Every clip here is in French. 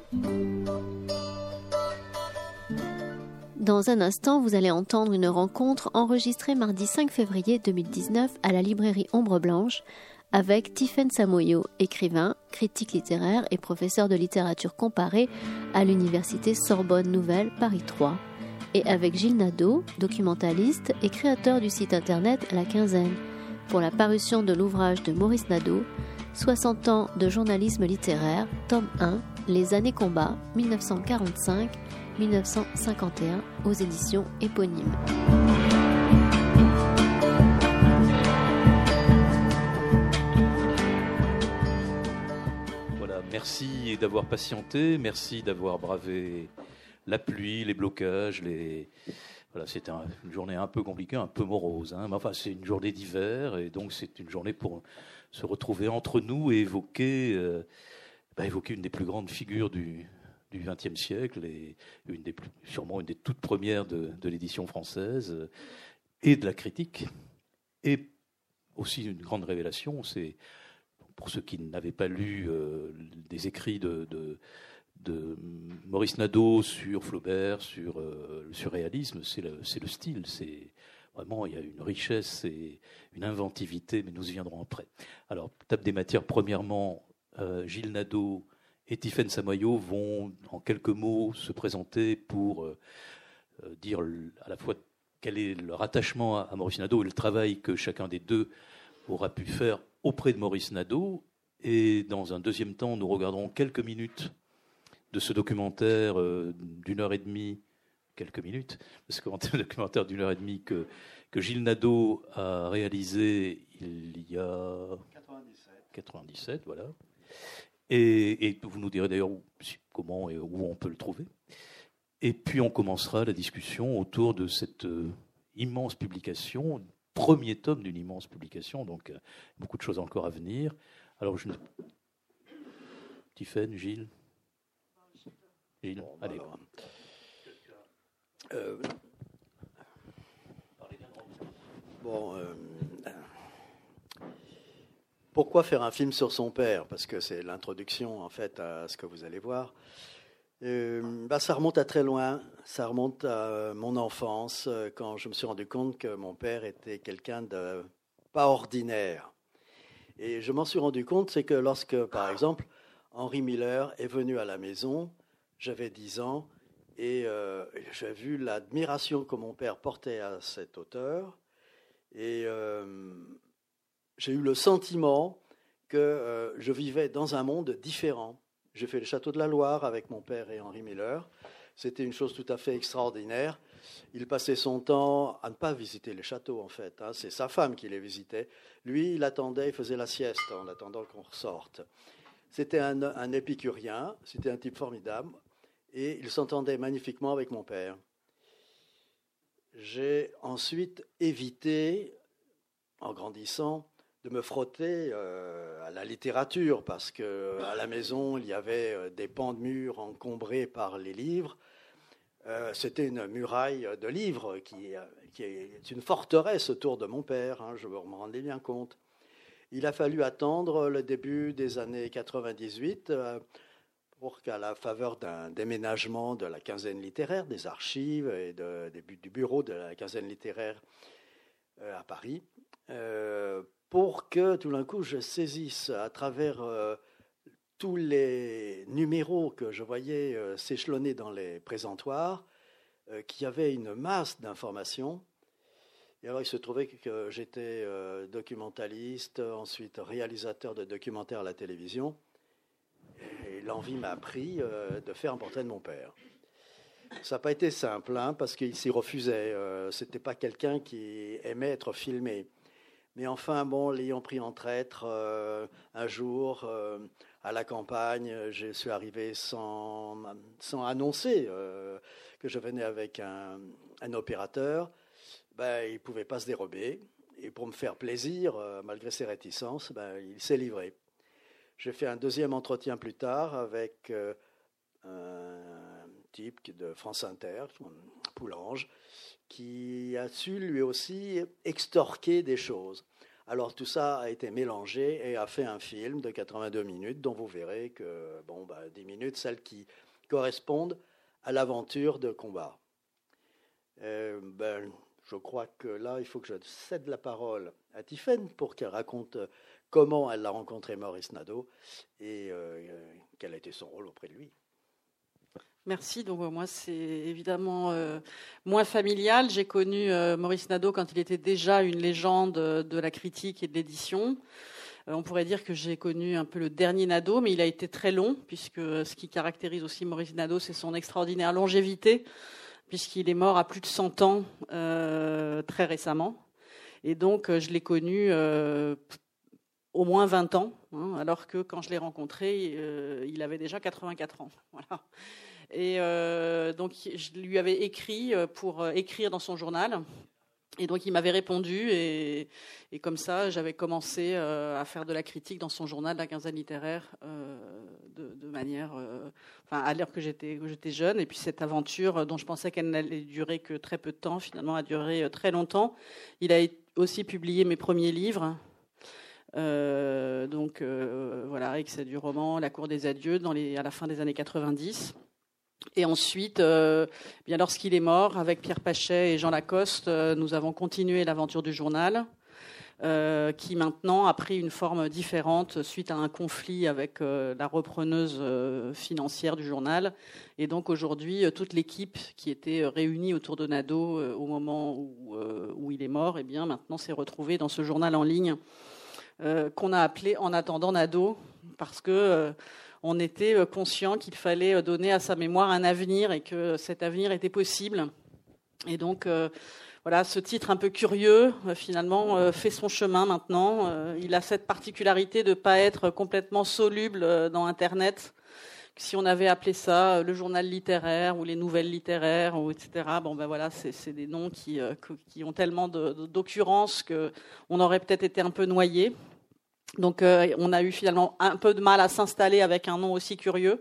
Dans un instant, vous allez entendre une rencontre enregistrée mardi 5 février 2019 à la librairie Ombre Blanche avec Tiffaine Samoyo, écrivain, critique littéraire et professeur de littérature comparée à l'université Sorbonne Nouvelle Paris 3, et avec Gilles Nadeau, documentaliste et créateur du site internet La Quinzaine, pour la parution de l'ouvrage de Maurice Nadeau, 60 ans de journalisme littéraire, tome 1, Les années combat, 1945-1951, aux éditions éponymes. Voilà, merci d'avoir patienté, merci d'avoir bravé la pluie, les blocages, Voilà, c'était une journée un peu compliquée, un peu morose. Mais enfin, c'est une journée d'hiver, et donc c'est une journée pour se retrouver entre nous et évoquer une des plus grandes figures du XXe siècle, et sûrement une des toutes premières de l'édition française, et de la critique. Et aussi une grande révélation, c'est, pour ceux qui n'avaient pas lu des écrits de Maurice Nadeau sur Flaubert, sur le surréalisme, c'est le style. C'est vraiment, il y a une richesse et une inventivité, mais nous y viendrons après. Alors, table des matières, premièrement, Gilles Nadeau et Tiffaine Samoyo vont, en quelques mots, se présenter pour dire à la fois quel est leur attachement à Maurice Nadeau et le travail que chacun des deux aura pu faire auprès de Maurice Nadeau. Et dans un deuxième temps, nous regarderons quelques minutes de ce documentaire d'une heure et demie, quelques minutes, de ce documentaire d'une heure et demie que Gilles Nadeau a réalisé il y a 97, voilà. Et vous nous direz d'ailleurs comment et où on peut le trouver. Et puis on commencera la discussion autour de cette immense publication, premier tome d'une immense publication, donc beaucoup de choses encore à venir. Alors, Tiffaine, Gilles, allez. Pourquoi faire un film sur son père? Parce que c'est l'introduction, en fait, à ce que vous allez voir. Ça remonte à très loin. Ça remonte à mon enfance, quand je me suis rendu compte que mon père était quelqu'un de pas ordinaire. Et je m'en suis rendu compte, c'est que lorsque, par exemple, Henri Miller est venu à la maison, j'avais 10 ans, et j'ai vu l'admiration que mon père portait à cet auteur, et j'ai eu le sentiment que je vivais dans un monde différent. J'ai fait le château de la Loire avec mon père et Henri Miller. C'était une chose tout à fait extraordinaire. Il passait son temps à ne pas visiter les châteaux, en fait. C'est sa femme qui les visitait. Lui, il attendait, il faisait la sieste en attendant qu'on ressorte. C'était un épicurien, c'était un type formidable, et il s'entendait magnifiquement avec mon père. J'ai ensuite évité, en grandissant, de me frotter à la littérature, parce qu'à la maison, il y avait des pans de murs encombrés par les livres. C'était une muraille de livres qui est une forteresse autour de mon père, je me rendais bien compte. Il a fallu attendre le début des années 98 pour qu'à la faveur d'un déménagement de la Quinzaine littéraire, des archives et du bureau de la Quinzaine littéraire à Paris, pour que tout d'un coup je saisisse à travers tous les numéros que je voyais s'échelonner dans les présentoirs, qu'il y avait une masse d'informations. Et alors il se trouvait que j'étais documentaliste, ensuite réalisateur de documentaires à la télévision, et l'envie m'a pris de faire un portrait de mon père. Ça n'a pas été simple, parce qu'il s'y refusait. C'était pas quelqu'un qui aimait être filmé. Mais enfin, l'ayant pris en traître, un jour, à la campagne, je suis arrivé sans annoncer que je venais avec un opérateur. Il ne pouvait pas se dérober. Et pour me faire plaisir, malgré ses réticences, il s'est livré. J'ai fait un deuxième entretien plus tard avec un type de France Inter, Poulenge, qui a su lui aussi extorquer des choses. Alors tout ça a été mélangé et a fait un film de 82 minutes dont vous verrez que 10 minutes, celles qui correspondent à l'aventure de combat. Je crois que là, il faut que je cède la parole à Tiffaine pour qu'elle raconte comment elle a rencontré Maurice Nadeau et quel a été son rôle auprès de lui. Merci. Donc moi, c'est évidemment moins familial. J'ai connu Maurice Nadeau quand il était déjà une légende de la critique et de l'édition. On pourrait dire que j'ai connu un peu le dernier Nadeau, mais il a été très long, puisque ce qui caractérise aussi Maurice Nadeau, c'est son extraordinaire longévité, puisqu'il est mort à plus de 100 ans très récemment. Et donc, je l'ai connu au moins 20 ans, alors que quand je l'ai rencontré, il avait déjà 84 ans. Voilà. Et donc, je lui avais écrit pour écrire dans son journal. Et donc, il m'avait répondu. Et comme ça, j'avais commencé à faire de la critique dans son journal, La Quinzaine littéraire, de manière... à l'heure que j'étais jeune. Et puis, cette aventure, dont je pensais qu'elle n'allait durer que très peu de temps, finalement, a duré très longtemps. Il a aussi publié mes premiers livres. Voilà, avec c'est du roman La Cour des Adieux à la fin des années 90. Et ensuite, bien lorsqu'il est mort, avec Pierre Pachet et Jean Lacoste, nous avons continué l'aventure du journal, qui maintenant a pris une forme différente suite à un conflit avec la repreneuse financière du journal. Et donc aujourd'hui, toute l'équipe qui était réunie autour de Nadeau au moment où il est mort, bien maintenant s'est retrouvée dans ce journal en ligne qu'on a appelé En attendant Nadeau, parce que on était conscient qu'il fallait donner à sa mémoire un avenir et que cet avenir était possible. Et donc, voilà, ce titre un peu curieux, finalement, fait son chemin maintenant. Il a cette particularité de ne pas être complètement soluble dans Internet. Si on avait appelé ça le journal littéraire ou les nouvelles littéraires, ou etc., voilà, c'est des noms qui ont tellement d'occurrences qu'on aurait peut-être été un peu noyé. Donc, on a eu finalement un peu de mal à s'installer avec un nom aussi curieux,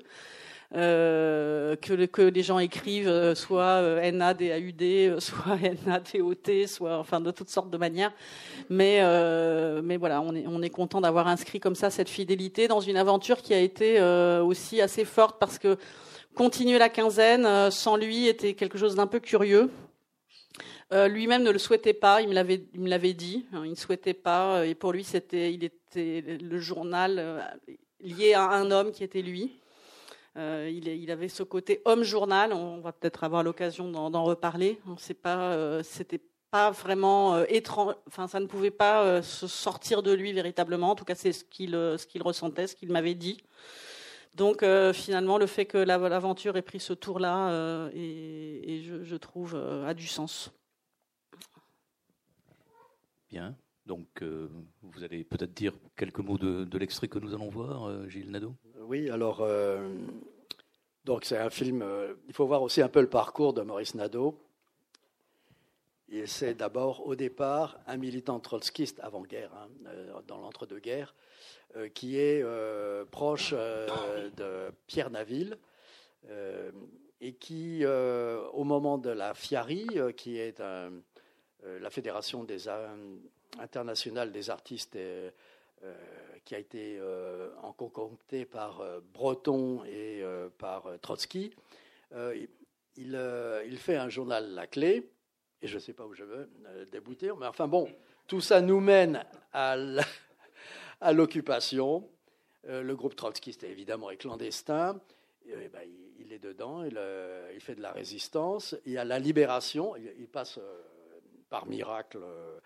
que les gens écrivent soit NADAUD, soit NADOT, soit enfin de toutes sortes de manières. Mais voilà, on est content d'avoir inscrit comme ça cette fidélité dans une aventure qui a été aussi assez forte, parce que continuer la quinzaine sans lui était quelque chose d'un peu curieux. Lui-même ne le souhaitait pas, il me l'avait dit, il ne souhaitait pas, et pour lui il était le journal lié à un homme qui était lui. Il avait ce côté homme-journal, on va peut-être avoir l'occasion d'en reparler. C'était pas vraiment étrange, enfin ça ne pouvait pas se sortir de lui véritablement, en tout cas c'est ce qu'il ressentait, ce qu'il m'avait dit. Donc finalement le fait que l'aventure ait pris ce tour-là, et je trouve a du sens. Bien, donc vous allez peut-être dire quelques mots de l'extrait que nous allons voir, Gilles Nadeau. Oui, alors, donc c'est un film, il faut voir aussi un peu le parcours de Maurice Nadeau. C'est d'abord, au départ, un militant trotskiste avant-guerre, dans l'entre-deux-guerres, qui est proche de Pierre Naville, et qui, au moment de la FIARI, qui est la Fédération internationale des artistes, qui a été concoctée par Breton et par Trotsky, il fait un journal La Clé, et je ne sais pas où je veux débouter, mais enfin bon, tout ça nous mène à l'occupation. Le groupe trotskiste évidemment est clandestin, il est dedans, il fait de la résistance, et à la libération, il passe par miracle.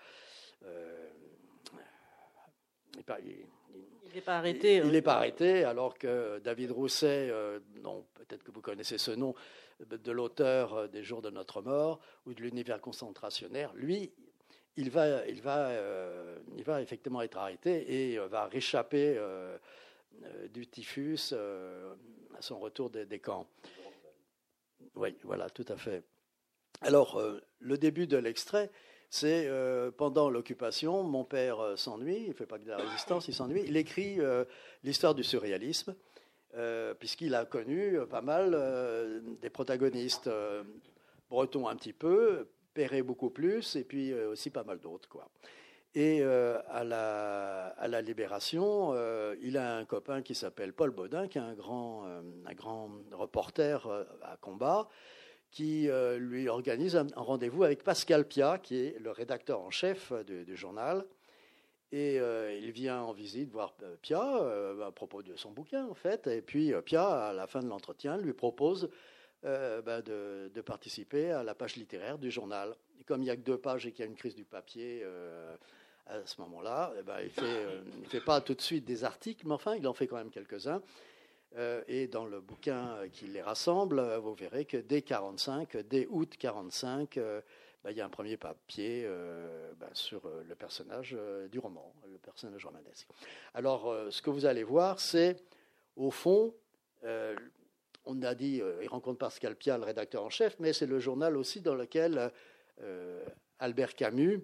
Il n'est pas arrêté. Il n'est pas arrêté, alors que David Rousset, dont peut-être que vous connaissez ce nom, de l'auteur des Jours de notre mort ou de l'univers concentrationnaire, lui, il va effectivement être arrêté et va réchapper du typhus à son retour des camps. Oui, voilà, tout à fait. Alors, le début de l'extrait, c'est pendant l'occupation, mon père s'ennuie, il ne fait pas que de la résistance, il s'ennuie, il écrit l'histoire du surréalisme, puisqu'il a connu pas mal des protagonistes, Breton un petit peu, Perret beaucoup plus, et puis aussi pas mal d'autres, quoi. Et à la Libération, il a un copain qui s'appelle Paul Baudin, qui est un grand reporter à combat, qui lui organise un rendez-vous avec Pascal Piat, qui est le rédacteur en chef du journal. Et il vient en visite voir Piat à propos de son bouquin, en fait. Et puis Piat, à la fin de l'entretien, lui propose de participer à la page littéraire du journal. Et comme il n'y a que 2 pages et qu'il y a une crise du papier à ce moment-là, il ne fait pas tout de suite des articles, mais enfin, il en fait quand même quelques-uns. Et dans le bouquin qui les rassemble, vous verrez que dès août 1945, il y a un premier papier sur le personnage du roman, le personnage romanesque. Alors, ce que vous allez voir, c'est, au fond, on a dit, il rencontre Pascal Piat, le rédacteur en chef, mais c'est le journal aussi dans lequel Albert Camus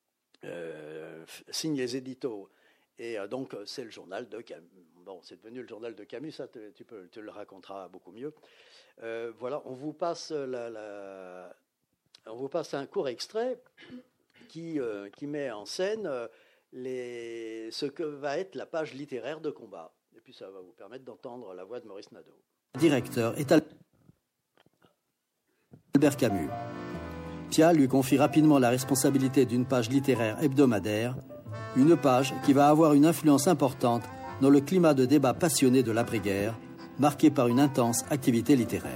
signe les éditos. Et donc, c'est le journal de Camus. Bon, c'est devenu le journal de Camus, ça, tu le raconteras beaucoup mieux. Voilà, on vous passe un court extrait qui met en scène ce que va être la page littéraire de combat. Et puis, ça va vous permettre d'entendre la voix de Maurice Nadeau. Directeur est Albert Camus. Piat lui confie rapidement la responsabilité d'une page littéraire hebdomadaire, une page qui va avoir une influence importante dans le climat de débat passionné de l'après-guerre, marqué par une intense activité littéraire.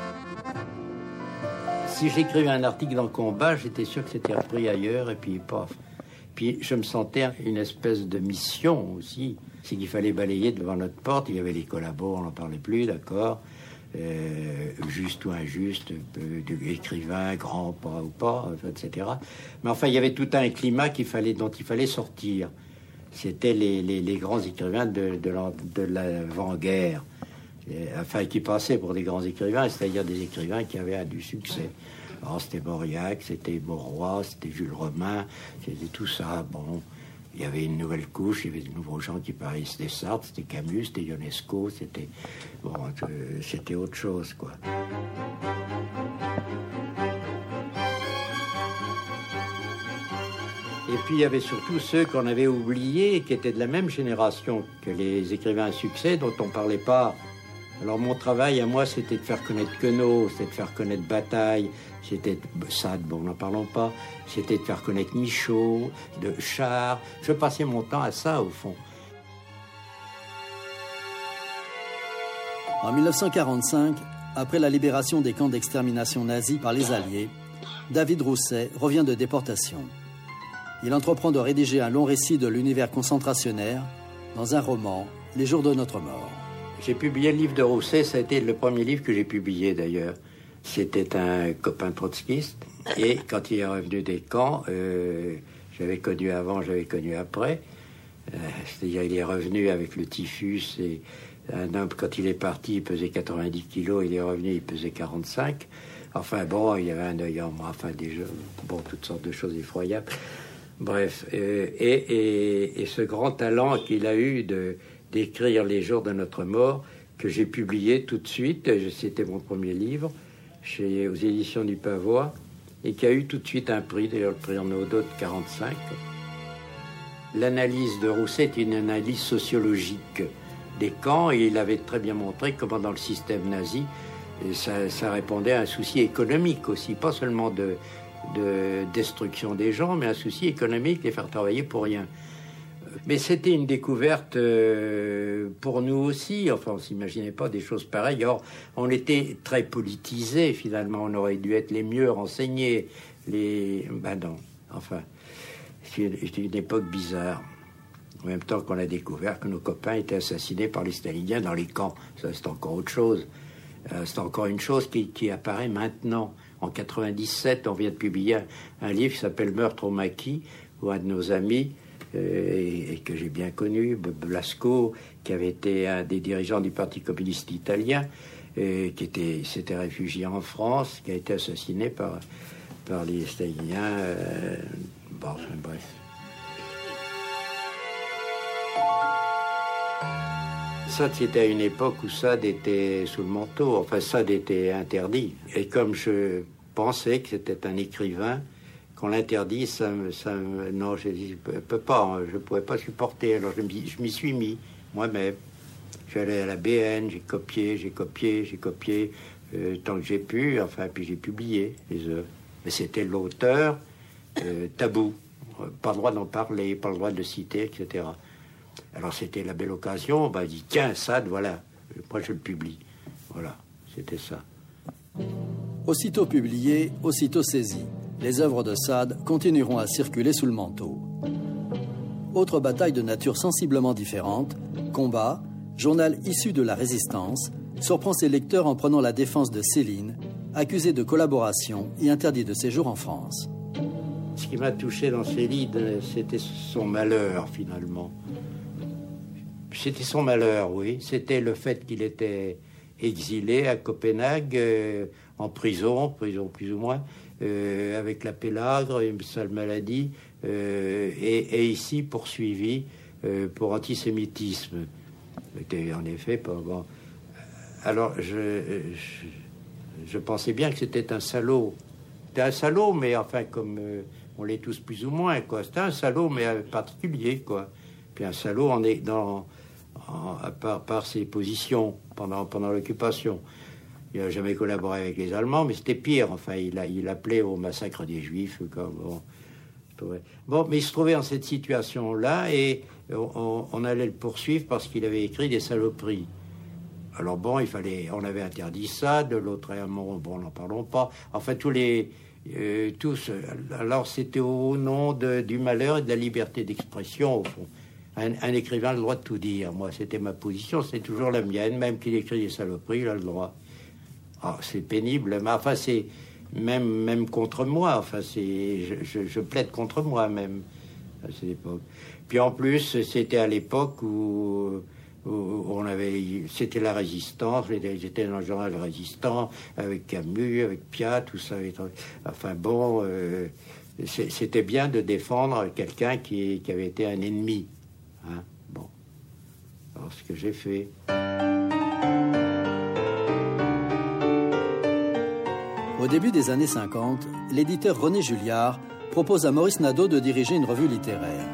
Si j'écrivais un article dans le combat, j'étais sûr que c'était repris ailleurs, et puis paf. Puis je me sentais une espèce de mission aussi. C'est qu'il fallait balayer devant notre porte. Il y avait les collabos, on n'en parlait plus, d'accord. Juste ou injuste, écrivain, grand ou pas, etc. Mais enfin, il y avait tout un climat dont il fallait sortir. C'était les grands écrivains de l'avant-guerre, enfin qui passaient pour des grands écrivains, c'est-à-dire des écrivains qui avaient du succès. Alors, c'était Mauriac, c'était Mauroy, c'était Jules Romain, c'était tout ça. Bon, il y avait une nouvelle couche, il y avait de nouveaux gens qui parlaient, c'était Sartre, c'était Camus, c'était Ionesco, c'était autre chose, quoi. Et puis il y avait surtout ceux qu'on avait oubliés, qui étaient de la même génération que les écrivains à succès dont on ne parlait pas. Alors mon travail à moi, c'était de faire connaître Queneau, c'était de faire connaître Bataille, c'était Sade, bon, n'en parlons pas, c'était de faire connaître Michaud, de Char. Je passais mon temps à ça, au fond. En 1945, après la libération des camps d'extermination nazis par les Alliés, David Rousset revient de déportation. Il entreprend de rédiger un long récit de l'univers concentrationnaire dans un roman, Les jours de notre mort. J'ai publié le livre de Rousset, ça a été le premier livre que j'ai publié d'ailleurs. C'était un copain trotskiste, et quand il est revenu des camps, j'avais connu avant, j'avais connu après. C'est-à-dire il est revenu avec le typhus, et un homme, quand il est parti, il pesait 90 kilos, il est revenu, il pesait 45. Enfin bon, il y avait un œil en moi, enfin toutes sortes de choses effroyables. Bref, et ce grand talent qu'il a eu d'écrire Les jours de notre mort, que j'ai publié tout de suite, c'était mon premier livre, aux éditions du Pavois, et qui a eu tout de suite un prix, d'ailleurs le prix Renaudot de 45. L'analyse de Rousset est une analyse sociologique des camps, et il avait très bien montré comment dans le système nazi, ça répondait à un souci économique aussi, pas seulement de destruction des gens, mais un souci économique, les faire travailler pour rien. Mais c'était une découverte pour nous aussi. Enfin, on ne s'imaginait pas des choses pareilles. Or, on était très politisés, finalement. On aurait dû être les mieux renseignés. Non. Enfin, c'était une époque bizarre. En même temps qu'on a découvert que nos copains étaient assassinés par les staliniens dans les camps. Ça, c'est encore autre chose. C'est encore une chose qui apparaît maintenant. En 97, on vient de publier un livre qui s'appelle Meurtre au maquis, où un de nos amis, et que j'ai bien connu, Blasco, qui avait été un des dirigeants du Parti communiste italien, qui s'était réfugié en France, qui a été assassiné par les staliniens. Bref. Sade, c'était à une époque où Sade était sous le manteau, enfin Sade était interdit. Et comme je pensais que c'était un écrivain qu'on l'interdit, non, je ne peux pas, je ne pouvais pas supporter. Alors je m'y suis mis moi-même. Je suis allé à la BN, j'ai copié, tant que j'ai pu, enfin, puis j'ai publié les œuvres. Mais c'était l'auteur, tabou, pas le droit d'en parler, pas le droit de le citer, etc. Alors c'était la belle occasion, il dit, tiens, Sade, voilà, moi je le publie. Voilà, c'était ça. Aussitôt publiées, aussitôt saisies, les œuvres de Sade continueront à circuler sous le manteau. Autre bataille de nature sensiblement différente, Combat, journal issu de la Résistance, surprend ses lecteurs en prenant la défense de Céline, accusée de collaboration et interdit de séjour en France. Ce qui m'a touché dans Céline, c'était son malheur, finalement. C'était son malheur, oui. C'était le fait qu'il était exilé à Copenhague, en prison plus ou moins, avec la pélagre, une sale maladie, et ici poursuivi pour antisémitisme. C'était en effet pas bon. Alors je pensais bien que c'était un salaud. C'était un salaud, mais enfin comme on l'est tous plus ou moins, quoi. C'était un salaud, mais particulier, quoi. Puis un salaud par ses positions pendant l'occupation. Il n'a jamais collaboré avec les Allemands, mais c'était pire. Enfin, il appelait au massacre des Juifs. Bon, mais il se trouvait dans cette situation-là et on allait le poursuivre parce qu'il avait écrit des saloperies. Alors bon, on avait interdit ça, de l'autre bon, n'en parlons pas. Enfin, tous. Alors c'était au nom du malheur et de la liberté d'expression, au fond. Un écrivain a le droit de tout dire. Moi, c'était ma position, c'est toujours la mienne. Même qu'il écrit des saloperies, il a le droit. Ah, c'est pénible, mais enfin, c'est même contre moi. Enfin, je plaide contre moi-même à cette époque. Puis en plus, c'était à l'époque où c'était la Résistance. J'étais dans le journal Résistant avec Camus, avec Piat, tout ça. Enfin bon, c'était bien de défendre quelqu'un qui avait été un ennemi. Hein, bon, alors ce que j'ai fait. Au début des années 50, l'éditeur René Julliard propose à Maurice Nadeau de diriger une revue littéraire.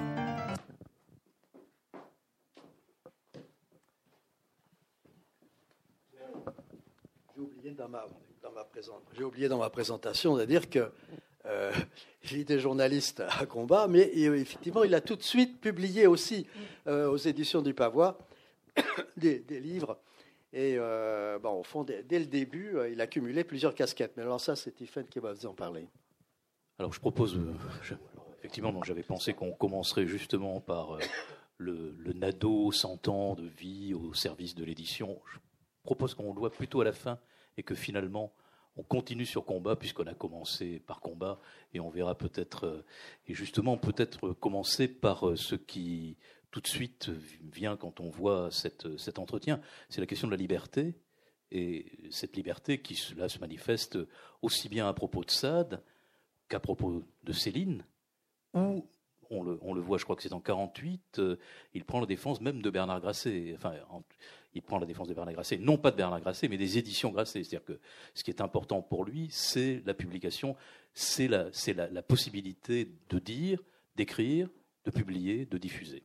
J'ai oublié dans ma présentation de dire que j'ai été journaliste à Combat, mais effectivement, il a tout de suite publié aussi aux éditions du Pavois des livres. Et au fond, dès le début, il a cumulé plusieurs casquettes. Mais alors ça, c'est Tiffaine qui va vous en parler. Alors je propose, effectivement, j'avais pensé qu'on commencerait justement par le Nadeau 100 ans de vie au service de l'édition. Je propose qu'on le voit plutôt à la fin et que finalement on continue sur Combat puisqu'on a commencé par Combat et on verra peut-être, et justement peut-être commencer par ce qui tout de suite vient quand on voit cet entretien, c'est la question de la liberté, et cette liberté qui là se manifeste aussi bien à propos de Sade qu'à propos de Céline, où on le voit, je crois que c'est en 1948, il prend la défense même de Bernard Grasset. Enfin, il prend la défense de Bernard Grasset, non pas de Bernard Grasset, mais des éditions Grasset. C'est-à-dire que ce qui est important pour lui, c'est la publication, c'est la possibilité de dire, d'écrire, de publier, de diffuser.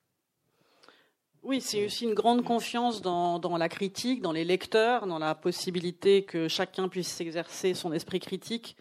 Oui, c'est aussi une grande confiance dans la critique, dans les lecteurs, dans la possibilité que chacun puisse exercer son esprit critique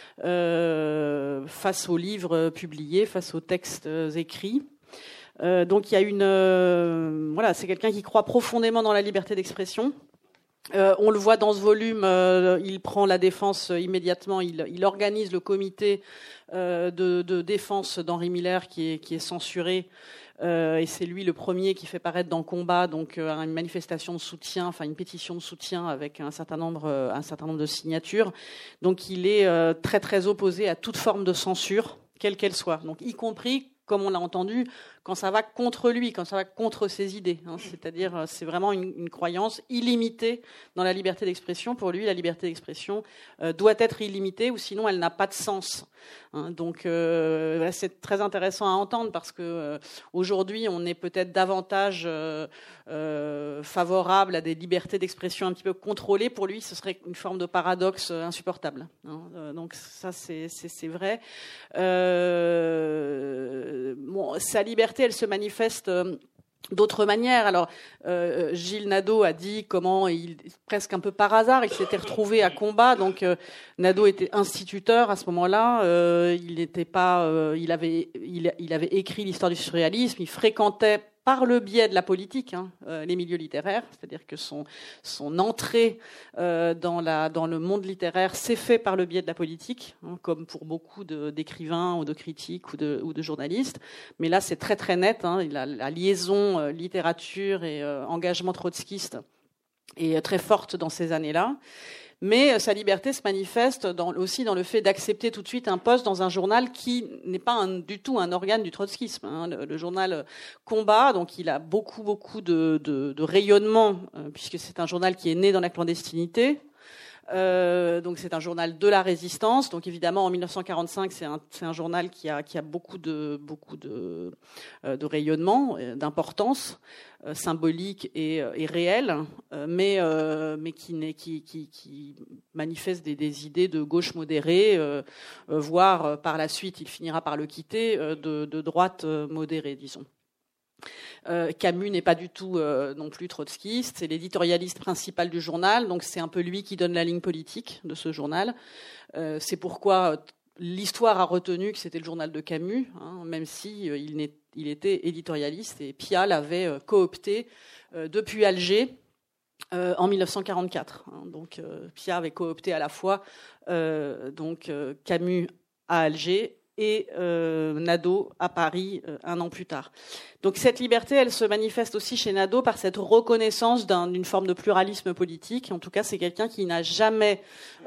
face aux livres publiés, face aux textes écrits. Donc il y a c'est quelqu'un qui croit profondément dans la liberté d'expression. On le voit dans ce volume, il prend la défense immédiatement, il organise le comité de défense d'Henri Miller qui est censuré. Et c'est lui le premier qui fait paraître dans Combat donc une manifestation de soutien, enfin une pétition de soutien avec un certain nombre de signatures. Donc il est très très opposé à toute forme de censure, quelle qu'elle soit. Donc y compris, comme on l'a entendu, quand ça va contre lui, quand ça va contre ses idées. C'est-à-dire, c'est vraiment une croyance illimitée dans la liberté d'expression. Pour lui, la liberté d'expression doit être illimitée, ou sinon elle n'a pas de sens. Donc, c'est très intéressant à entendre, parce que aujourd'hui, on est peut-être davantage favorable à des libertés d'expression un petit peu contrôlées. Pour lui, ce serait une forme de paradoxe insupportable. Donc ça, c'est vrai. Sa liberté, elle se manifeste d'autres manières. Alors, Gilles Nadeau a dit comment, presque un peu par hasard, il s'était retrouvé à Combat. Donc, Nadeau était instituteur à ce moment-là. Il avait écrit l'histoire du surréalisme. Il fréquentait par le biais de la politique les milieux littéraires, c'est-à-dire que son entrée dans le monde littéraire s'est fait par le biais de la politique, comme pour beaucoup d'écrivains ou de critiques ou de journalistes. Mais là, c'est très très net. La liaison littérature et engagement trotskiste est très forte dans ces années-là. Mais sa liberté se manifeste aussi dans le fait d'accepter tout de suite un poste dans un journal qui n'est pas du tout un organe du trotskisme. Le journal Combat, donc il a beaucoup de rayonnement, puisque c'est un journal qui est né dans la clandestinité. Donc c'est un journal de la résistance. Donc évidemment en 1945 c'est un journal qui a beaucoup de rayonnement, d'importance symbolique et réelle, mais qui manifeste des idées de gauche modérée, voire par la suite il finira par le quitter, de droite modérée, disons. Camus n'est pas du tout non plus trotskiste, c'est l'éditorialiste principal du journal, donc c'est un peu lui qui donne la ligne politique de ce journal. C'est pourquoi l'histoire a retenu que c'était le journal de Camus, même si il était éditorialiste, et Piat l'avait coopté depuis Alger en 1944. Donc Piat avait coopté à la fois Camus à Alger et Nadeau à Paris un an plus tard. Donc cette liberté, elle se manifeste aussi chez Nadeau par cette reconnaissance d'une forme de pluralisme politique. En tout cas, c'est quelqu'un qui n'a jamais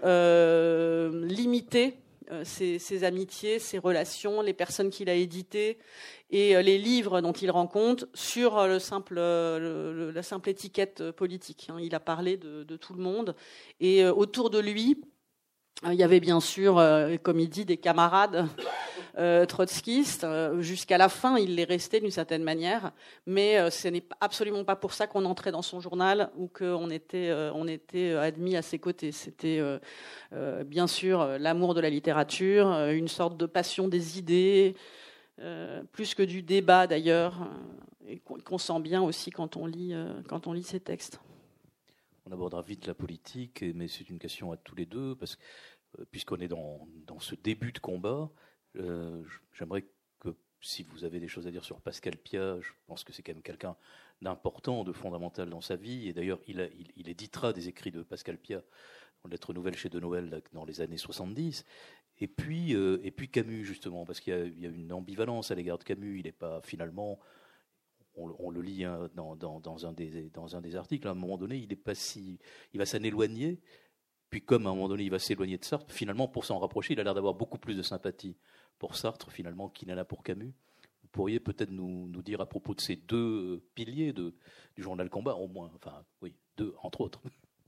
limité ses amitiés, ses relations, les personnes qu'il a éditées et les livres dont il rend compte sur la simple étiquette politique. Il a parlé de tout le monde, et autour de lui, il y avait bien sûr, comme il dit, des camarades trotskistes. Jusqu'à la fin, il l'est resté d'une certaine manière, mais ce n'est absolument pas pour ça qu'on entrait dans son journal ou qu'on était admis à ses côtés. C'était bien sûr l'amour de la littérature, une sorte de passion des idées, plus que du débat d'ailleurs, et qu'on sent bien aussi quand on lit ces textes. On abordera vite la politique, mais c'est une question à tous les deux, parce que puisqu'on est dans ce début de combat, j'aimerais que, si vous avez des choses à dire sur Pascal Piat, je pense que c'est quand même quelqu'un d'important, de fondamental dans sa vie, et d'ailleurs il éditera des écrits de Pascal Piat en lettres nouvelles chez De Noël dans les années 70, et puis Camus, justement, parce qu'il y a une ambivalence à l'égard de Camus. Il n'est pas finalement... On le lit dans un des articles. À un moment donné, il va s'en éloigner. Puis, comme à un moment donné, il va s'éloigner de Sartre, finalement, pour s'en rapprocher, il a l'air d'avoir beaucoup plus de sympathie pour Sartre, finalement, qu'il n'en a pour Camus. Vous pourriez peut-être nous dire à propos de ces deux piliers du journal Combat, au moins, enfin, oui, deux, entre autres.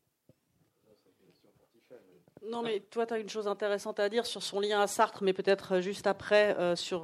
Non, mais toi, tu as une chose intéressante à dire sur son lien à Sartre, mais peut-être juste après, sur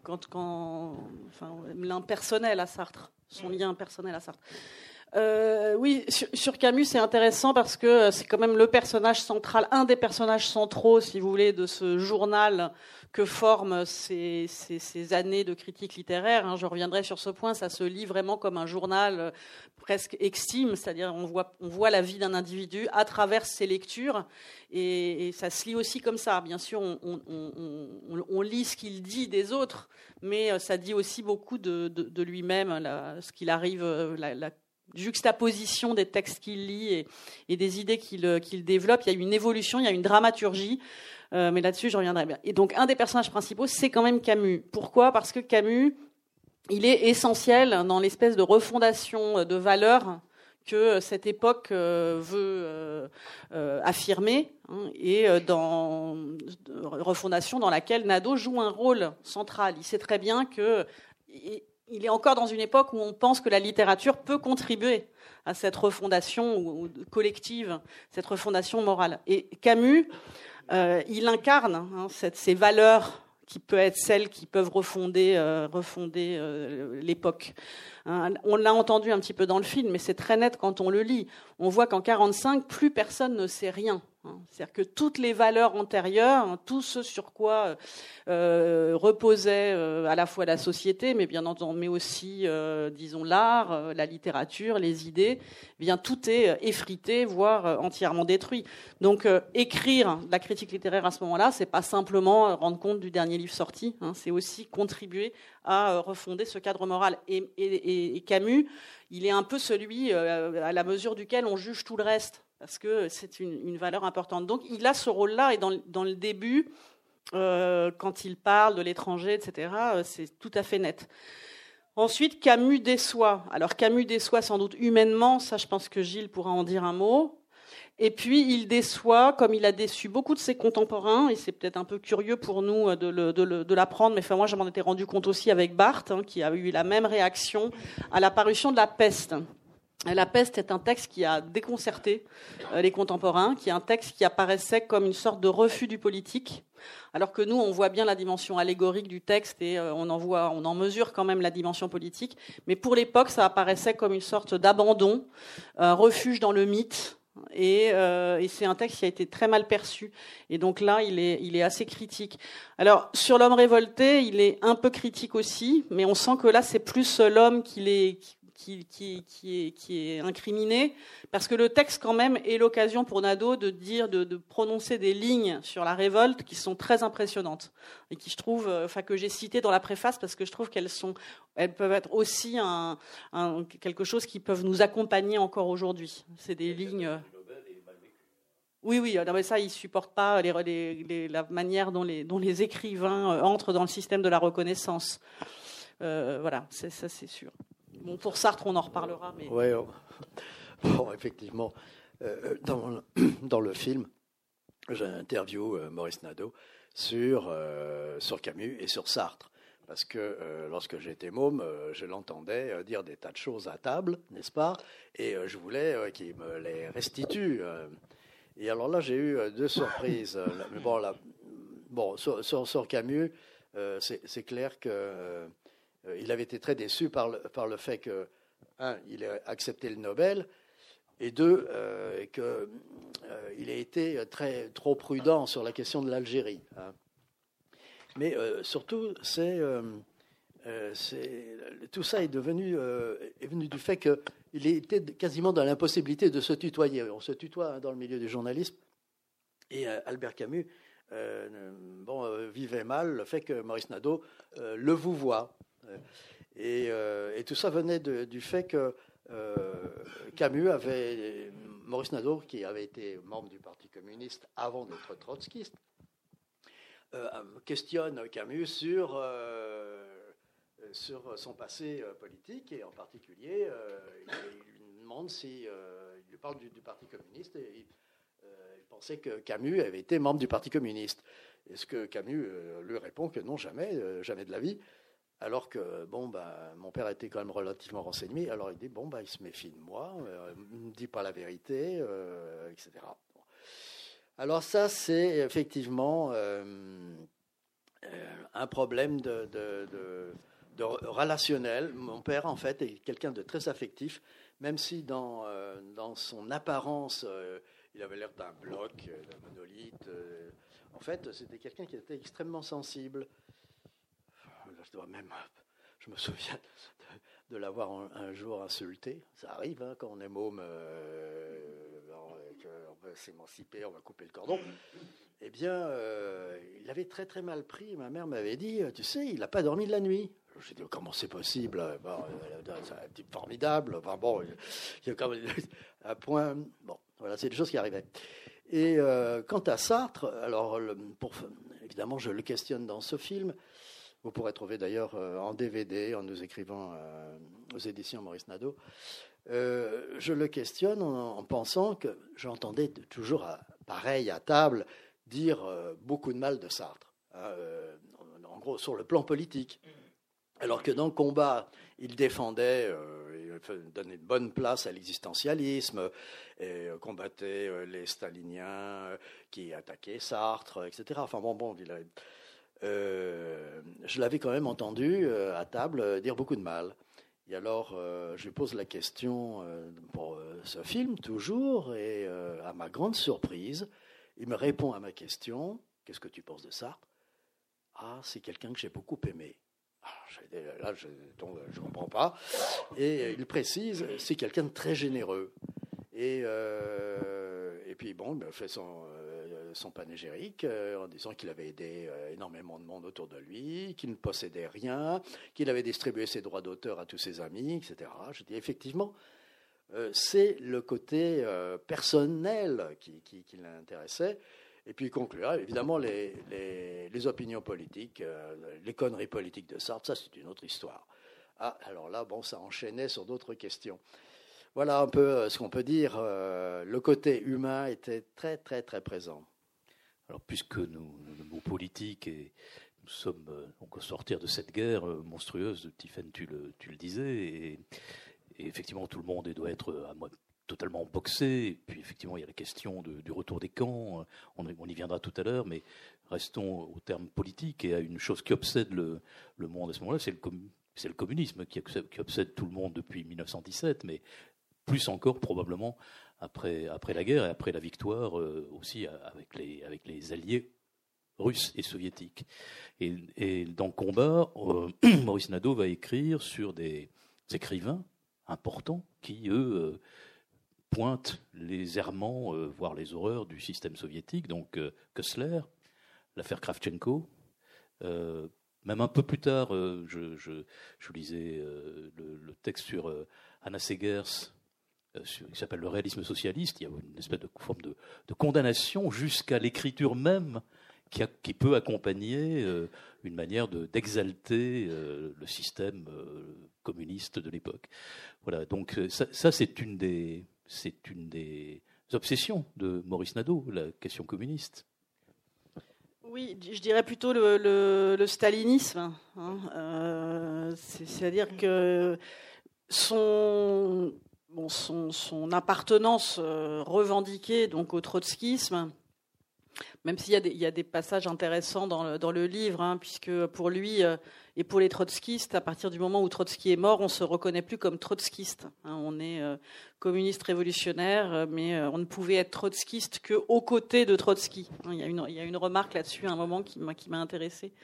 l'impersonnel à Sartre, son lien personnel à Sartre. Oui, sur Camus, c'est intéressant parce que c'est quand même le personnage central, un des personnages centraux, si vous voulez, de ce journal que forment ces années de critique littéraire. Je reviendrai sur ce point, ça se lit vraiment comme un journal presque extime, c'est-à-dire on voit la vie d'un individu à travers ses lectures, et ça se lit aussi comme ça. Bien sûr, on lit ce qu'il dit des autres, mais ça dit aussi beaucoup de lui-même, ce qu'il arrive, la juxtaposition des textes qu'il lit et des idées qu'il développe. Il y a une évolution, il y a une dramaturgie, mais là-dessus je reviendrai bien. Et donc un des personnages principaux, c'est quand même Camus. Pourquoi ? Parce que Camus, il est essentiel dans l'espèce de refondation de valeurs que cette époque veut affirmer, et refondation dans laquelle Nadeau joue un rôle central. Il sait très bien que il est encore dans une époque où on pense que la littérature peut contribuer à cette refondation collective, cette refondation morale. Et Camus, il incarne ces valeurs qui peuvent être celles qui peuvent refonder l'époque. On l'a entendu un petit peu dans le film, mais c'est très net quand on le lit. On voit qu'en 1945, plus personne ne sait rien. C'est-à-dire que toutes les valeurs antérieures, tout ce sur quoi reposait à la fois la société, mais bien entendu, mais aussi, disons, l'art, la littérature, les idées, eh bien tout est effrité, voire entièrement détruit. Donc, écrire la critique littéraire à ce moment-là, c'est pas simplement rendre compte du dernier livre sorti, c'est aussi contribuer à refonder ce cadre moral. Et Camus, il est un peu celui à la mesure duquel on juge tout le reste, parce que c'est une valeur importante. Donc il a ce rôle-là, et dans le début, quand il parle de l'étranger, etc., c'est tout à fait net. Ensuite, Camus déçoit. Alors Camus déçoit sans doute humainement, ça je pense que Gilles pourra en dire un mot. Et puis il déçoit, comme il a déçu beaucoup de ses contemporains, et c'est peut-être un peu curieux pour nous de l'apprendre, mais enfin, moi je m'en étais rendu compte aussi avec Barthes, qui a eu la même réaction à la parution de La Peste. La Peste est un texte qui a déconcerté les contemporains, qui est un texte qui apparaissait comme une sorte de refus du politique, alors que nous, on voit bien la dimension allégorique du texte et on en mesure quand même la dimension politique. Mais pour l'époque, ça apparaissait comme une sorte d'abandon, un refuge dans le mythe. Et c'est un texte qui a été très mal perçu. Et donc là, il est assez critique. Alors, sur l'homme révolté, il est un peu critique aussi, mais on sent que là, c'est plus l'homme qui est incriminé, parce que le texte quand même est l'occasion pour Nadeau de prononcer des lignes sur la révolte qui sont très impressionnantes et qui, je trouve, que j'ai citées dans la préface, parce que je trouve elles peuvent être aussi quelque chose qui peuvent nous accompagner encore aujourd'hui. C'est des lignes. Oui, non, mais ça, ils supportent pas la manière dont les écrivains entrent dans le système de la reconnaissance. Voilà, ça c'est sûr. Bon, pour Sartre, on en reparlera. Mais... Oui, bon, effectivement, dans le film, j'interviewe Maurice Nadeau sur Camus et sur Sartre. Parce que lorsque j'étais môme, je l'entendais dire des tas de choses à table, n'est-ce pas ? Et je voulais qu'il me les restitue. Et alors là, j'ai eu deux surprises. Mais sur Camus, c'est clair que... il avait été très déçu par le fait que, il a accepté le Nobel, et deux, qu'il a été trop prudent sur la question de l'Algérie. Mais surtout, tout ça est venu du fait qu'il était quasiment dans l'impossibilité de se tutoyer. On se tutoie dans le milieu du journalisme, et Albert Camus vivait mal le fait que Maurice Nadeau le vouvoie. Et tout ça venait du fait que Maurice Nadeau, qui avait été membre du Parti communiste avant d'être trotskiste, questionne Camus sur son passé politique, et en particulier, il lui demande il lui parle du Parti communiste, et il pensait que Camus avait été membre du Parti communiste. Est-ce que Camus lui répond que non, jamais de la vie. Alors que, mon père était quand même relativement renseigné, alors il dit, il se méfie de moi, il ne me dit pas la vérité, etc. Bon. Alors ça, c'est effectivement un problème de relationnel. Mon père, en fait, est quelqu'un de très affectif, même si dans son apparence, il avait l'air d'un bloc, d'un monolithe. En fait, c'était quelqu'un qui était extrêmement sensible. Je me souviens de l'avoir un jour insulté. Ça arrive quand on est môme, on veut s'émanciper, on va couper le cordon. Eh bien, il avait très très mal pris. Ma mère m'avait dit, tu sais, il n'a pas dormi de la nuit. J'ai dit, comment c'est possible ? C'est un type formidable. Il y a quand même un point. Bon, voilà, c'est des choses qui arrivaient. Et quant à Sartre, alors évidemment, je le questionne dans ce film. Vous pourrez trouver d'ailleurs en DVD, en nous écrivant aux éditions Maurice Nadeau. Je le questionne en pensant que j'entendais toujours pareil à table dire beaucoup de mal de Sartre, en gros sur le plan politique. Alors que dans le combat, il défendait, il donnait une bonne place à l'existentialisme, et combattait les staliniens qui attaquaient Sartre, etc. Enfin bon, je l'avais quand même entendu à table dire beaucoup de mal. Et alors, je lui pose la question pour ce film, toujours, et à ma grande surprise, il me répond à ma question. Qu'est-ce que tu penses de Sartre? Ah, c'est quelqu'un que j'ai beaucoup aimé. Là, je ne comprends pas. Et il précise, c'est quelqu'un de très généreux. Et puis, bon, il me fait son panégyrique en disant qu'il avait aidé énormément de monde autour de lui, qu'il ne possédait rien, qu'il avait distribué ses droits d'auteur à tous ses amis, etc. Je dis, effectivement, c'est le côté personnel qui l'intéressait. Et puis il conclura, évidemment, les opinions politiques, les conneries politiques de Sartre, ça c'est une autre histoire. Ah, alors là, bon, ça enchaînait sur d'autres questions. Voilà un peu ce qu'on peut dire. Le côté humain était très, très, très présent. Alors, puisque le mot politique, et nous sommes donc au sortir de cette guerre monstrueuse, Tiffaine, tu le disais, et effectivement, tout le monde doit être totalement boxé. Et puis, effectivement, il y a la question du retour des camps. On y viendra tout à l'heure, mais restons au terme politique et à une chose qui obsède le monde à ce moment-là, c'est le communisme qui obsède tout le monde depuis 1917, mais plus encore probablement après la guerre et après la victoire aussi avec les alliés russes et soviétiques. Et dans le combat, Maurice Nadeau va écrire sur des écrivains importants qui, eux, pointent les errements, voire les horreurs du système soviétique. Donc Koestler, l'affaire Kravchenko. Même un peu plus tard, je lisais le texte sur Anna Segers, qui s'appelle Le réalisme socialiste. Il y a une espèce de forme de condamnation jusqu'à l'écriture même qui peut accompagner une manière d'exalter le système communiste de l'époque. Voilà, donc ça c'est une des obsessions de Maurice Nadeau, la question communiste. Oui, je dirais plutôt le stalinisme. C'est-à-dire que son appartenance revendiquée donc au trotskisme, même s'il y a des passages intéressants dans le livre, puisque pour lui et pour les trotskistes, à partir du moment où Trotsky est mort, on ne se reconnaît plus comme trotskiste. On est communiste révolutionnaire, mais on ne pouvait être trotskiste qu'aux côtés de Trotsky. Il y a une remarque là-dessus à un moment qui m'a intéressée.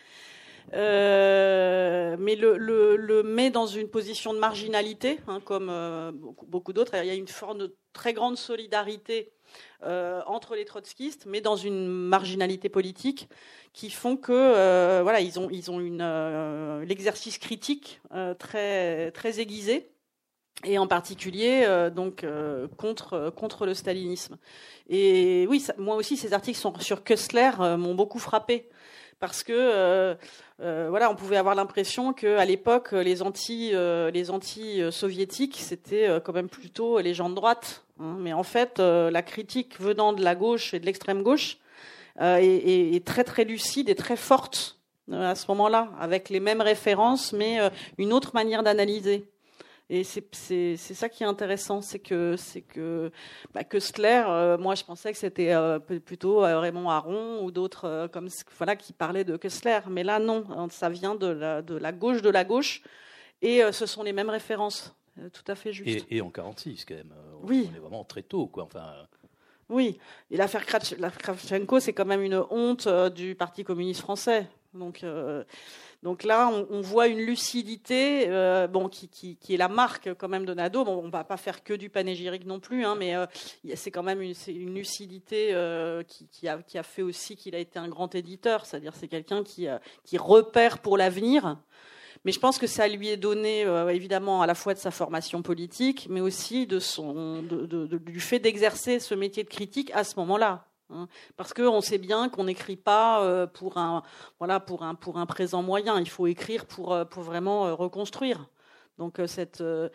Mais le met dans une position de marginalité, comme beaucoup d'autres. Il y a une forme de très grande solidarité entre les trotskistes, mais dans une marginalité politique qui font que ils ont l'exercice critique très très aiguisé, et en particulier contre le stalinisme. Et oui, moi aussi, ces articles sur Koestler m'ont beaucoup frappé. Parce que on pouvait avoir l'impression qu'à l'époque, les anti-soviétiques, c'était quand même plutôt les gens de droite. Mais en fait, la critique venant de la gauche et de l'extrême gauche est très très lucide et très forte à ce moment-là, avec les mêmes références, mais une autre manière d'analyser. Et c'est ça qui est intéressant, c'est que Koestler, moi je pensais que c'était plutôt Raymond Aron ou d'autres qui parlaient de Koestler, mais là non, ça vient de la gauche, et ce sont les mêmes références, tout à fait juste. Et en 46 quand même, oui. On est vraiment très tôt, quoi. Enfin. Oui, et l'affaire Kravchenko, c'est quand même une honte du Parti communiste français. Donc là, on voit une lucidité qui est la marque quand même de Nadeau. Bon, on ne va pas faire que du panégyrique non plus, mais c'est quand même une lucidité qui a fait aussi qu'il a été un grand éditeur. C'est-à-dire c'est quelqu'un qui repère pour l'avenir. Mais je pense que ça lui est donné, évidemment, à la fois de sa formation politique, mais aussi du fait d'exercer ce métier de critique à ce moment-là. Parce qu'on sait bien qu'on n'écrit pas pour un présent moyen. Il faut écrire pour vraiment reconstruire. Donc, ce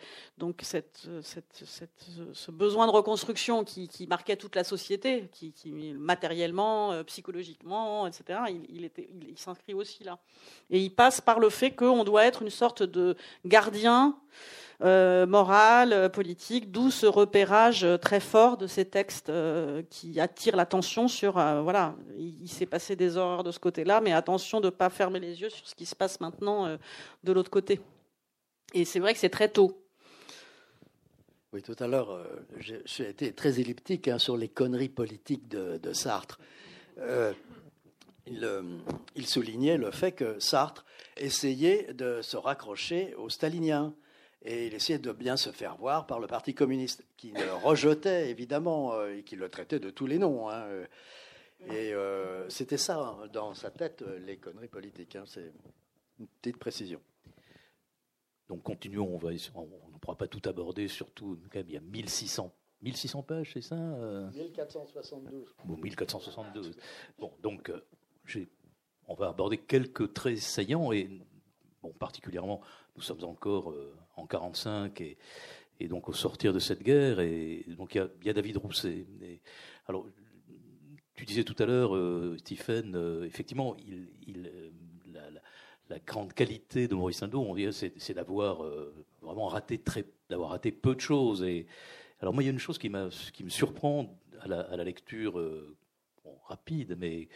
besoin de reconstruction qui marquait toute la société, qui matériellement, psychologiquement, etc., il s'inscrit aussi là. Et il passe par le fait qu'on doit être une sorte de gardien moral, politique, d'où ce repérage très fort de ces textes qui attirent l'attention sur, voilà, il s'est passé des horreurs de ce côté-là, mais attention de ne pas fermer les yeux sur ce qui se passe maintenant de l'autre côté. Et c'est vrai que c'est très tôt. Oui, tout à l'heure, j'ai été très elliptique sur les conneries politiques de Sartre. Il soulignait le fait que Sartre essayait de se raccrocher aux staliniens. Et il essayait de bien se faire voir par le Parti communiste, qui le rejetait évidemment et qui le traitait de tous les noms. Et c'était ça, dans sa tête, les conneries politiques. C'est une petite précision. Donc continuons, on ne pourra pas tout aborder, surtout quand même, il y a 1600 pages, c'est ça 1472. Bon, 1472. Bon, donc on va aborder quelques traits saillants et bon, particulièrement, nous sommes encore en 1945 et donc au sortir de cette guerre, et donc il y a David Rousset. Alors, tu disais tout à l'heure, Stephen, effectivement, la grande qualité de Maurice Sendak, on dirait, c'est d'avoir vraiment raté peu de choses. Et alors moi, il y a une chose qui me surprend à la lecture rapide, mais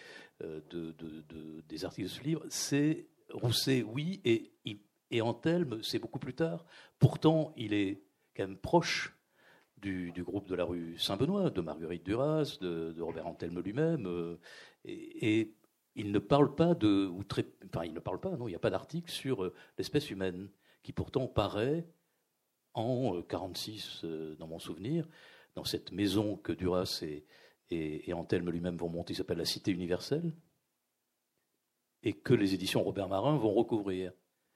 des articles de ce livre, c'est Rousset, oui, et Antelme, c'est beaucoup plus tard. Pourtant, il est quand même proche du groupe de la rue Saint-Benoît, de Marguerite Duras, de Robert Antelme lui-même, et il ne parle pas il n'y a pas d'article sur l'espèce humaine, qui pourtant paraît en 1946, dans mon souvenir, dans cette maison que Duras et Antelme lui-même vont monter, qui s'appelle la Cité universelle, et que les éditions Robert Marin vont recouvrir.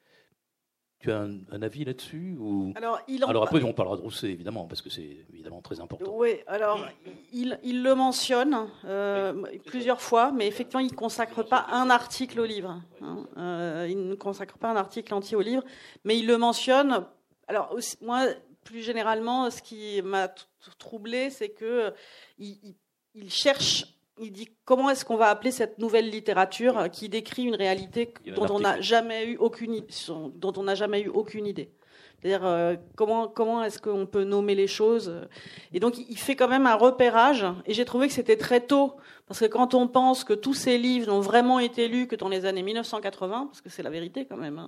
Tu as un avis là-dessus ou... Alors après, on parlera de Rousset, évidemment, parce que c'est évidemment très important. Oui, alors, il le mentionne plusieurs fois, mais effectivement, il ne consacre pas un article au livre. Il ne consacre pas un article entier au livre, mais il le mentionne. Alors, moi, plus généralement, ce qui m'a troublé, c'est qu'il cherche... Il dit comment est-ce qu'on va appeler cette nouvelle littérature qui décrit une réalité dont on n'a jamais eu aucune idée. C'est-à-dire comment est-ce qu'on peut nommer les choses. Et donc il fait quand même un repérage. Et j'ai trouvé que c'était très tôt, parce que quand on pense que tous ces livres n'ont vraiment été lus que dans les années 1980, parce que c'est la vérité quand même.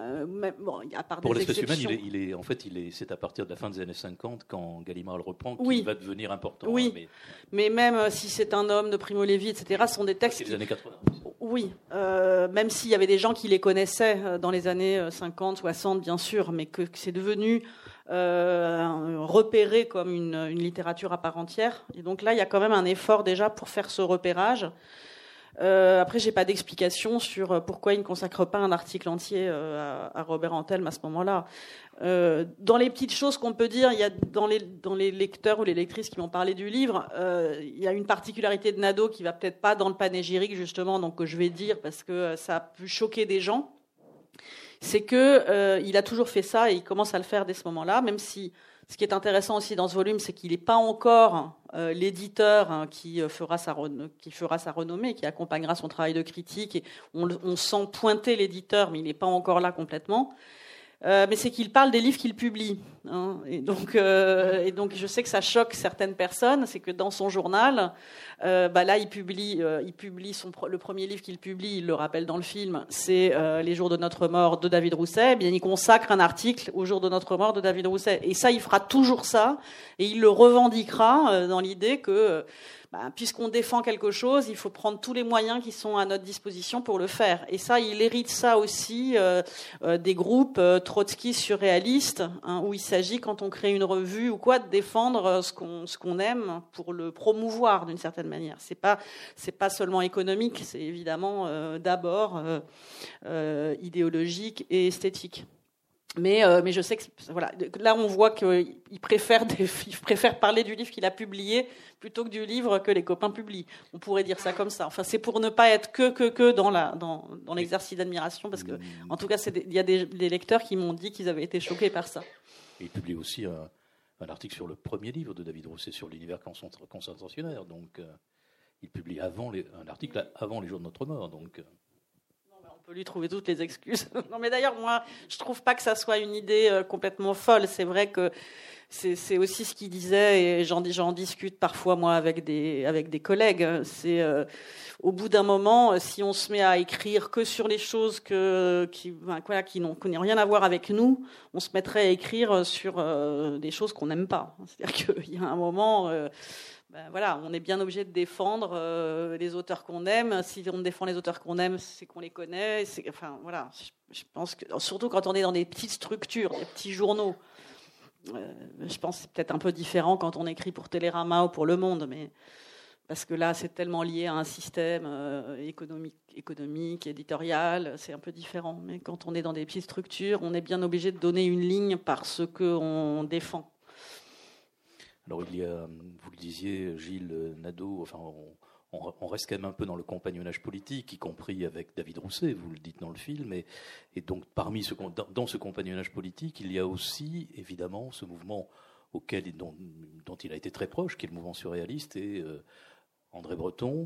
À part pour des l'espèce exceptions. humaine, c'est à partir de la fin des années 50, quand Gallimard le reprend, qu'il Oui. va devenir important. Oui, mais même si c'est un homme de Primo Levi, etc., ce sont des textes. C'est les années 80. Oui, même s'il y avait des gens qui les connaissaient dans les années 50, 60, bien sûr, mais que c'est devenu repéré comme une littérature à part entière. Et donc là, il y a quand même un effort déjà pour faire ce repérage. Après, j'ai pas d'explication sur pourquoi il ne consacre pas un article entier à Robert Antelme à ce moment-là. Dans les petites choses qu'on peut dire, il y a dans les lecteurs ou les lectrices qui m'ont parlé du livre, il y a une particularité de Nadeau qui va peut-être pas dans le panégyrique justement, donc que je vais dire parce que ça a pu choquer des gens. C'est que il a toujours fait ça et il commence à le faire dès ce moment-là, même si ce qui est intéressant aussi dans ce volume, c'est qu'il n'est pas encore l'éditeur qui fera sa renommée, qui accompagnera son travail de critique. Et on sent pointer l'éditeur, mais il n'est pas encore là complètement. Mais c'est qu'il parle des livres qu'il publie. Et donc, je sais que ça choque certaines personnes. C'est que dans son journal, là, il publie le premier livre qu'il publie. Il le rappelle dans le film. C'est Les jours de notre mort de David Rousset. Eh bien, il consacre un article aux jours de notre mort de David Rousset. Et ça, il fera toujours ça. Et il le revendiquera dans l'idée que puisqu'on défend quelque chose, il faut prendre tous les moyens qui sont à notre disposition pour le faire. Et ça, il hérite ça aussi des groupes trotskistes surréalistes, où il s'agit, quand on crée une revue ou quoi, de défendre ce qu'on aime pour le promouvoir d'une certaine manière. C'est pas seulement économique, c'est évidemment d'abord idéologique et esthétique. Mais je sais que voilà, là on voit qu'il préfère parler du livre qu'il a publié plutôt que du livre que les copains publient. On pourrait dire ça comme ça. Enfin, c'est pour ne pas être que dans l'exercice d'admiration, parce que en tout cas, il y a des lecteurs qui m'ont dit qu'ils avaient été choqués par ça. Et il publie aussi un article sur le premier livre de David Rousset sur l'univers concentrationnaire. Donc, il publie un article avant les jours de notre mort. Donc. On peut lui trouver toutes les excuses. Non, mais d'ailleurs, moi, je trouve pas que ça soit une idée complètement folle. C'est vrai que c'est aussi ce qu'il disait, et j'en discute parfois moi avec des collègues. C'est au bout d'un moment, si on se met à écrire que sur les choses qui n'ont rien à voir avec nous, on se mettrait à écrire sur des choses qu'on n'aime pas. C'est-à-dire qu'il y a un moment. Voilà, on est bien obligé de défendre les auteurs qu'on aime. Si on défend les auteurs qu'on aime, c'est qu'on les connaît. Enfin, voilà, je pense que surtout quand on est dans des petites structures, des petits journaux, je pense que c'est peut-être un peu différent quand on écrit pour Télérama ou pour Le Monde, mais parce que là, c'est tellement lié à un système économique, éditorial, c'est un peu différent. Mais quand on est dans des petites structures, on est bien obligé de donner une ligne par ce qu'on défend. Alors il y a, vous le disiez, Gilles Nadeau, enfin on reste quand même un peu dans le compagnonnage politique, y compris avec David Rousset, vous le dites dans le film, et donc dans ce compagnonnage politique, il y a aussi évidemment ce mouvement dont il a été très proche, qui est le mouvement surréaliste, et André Breton,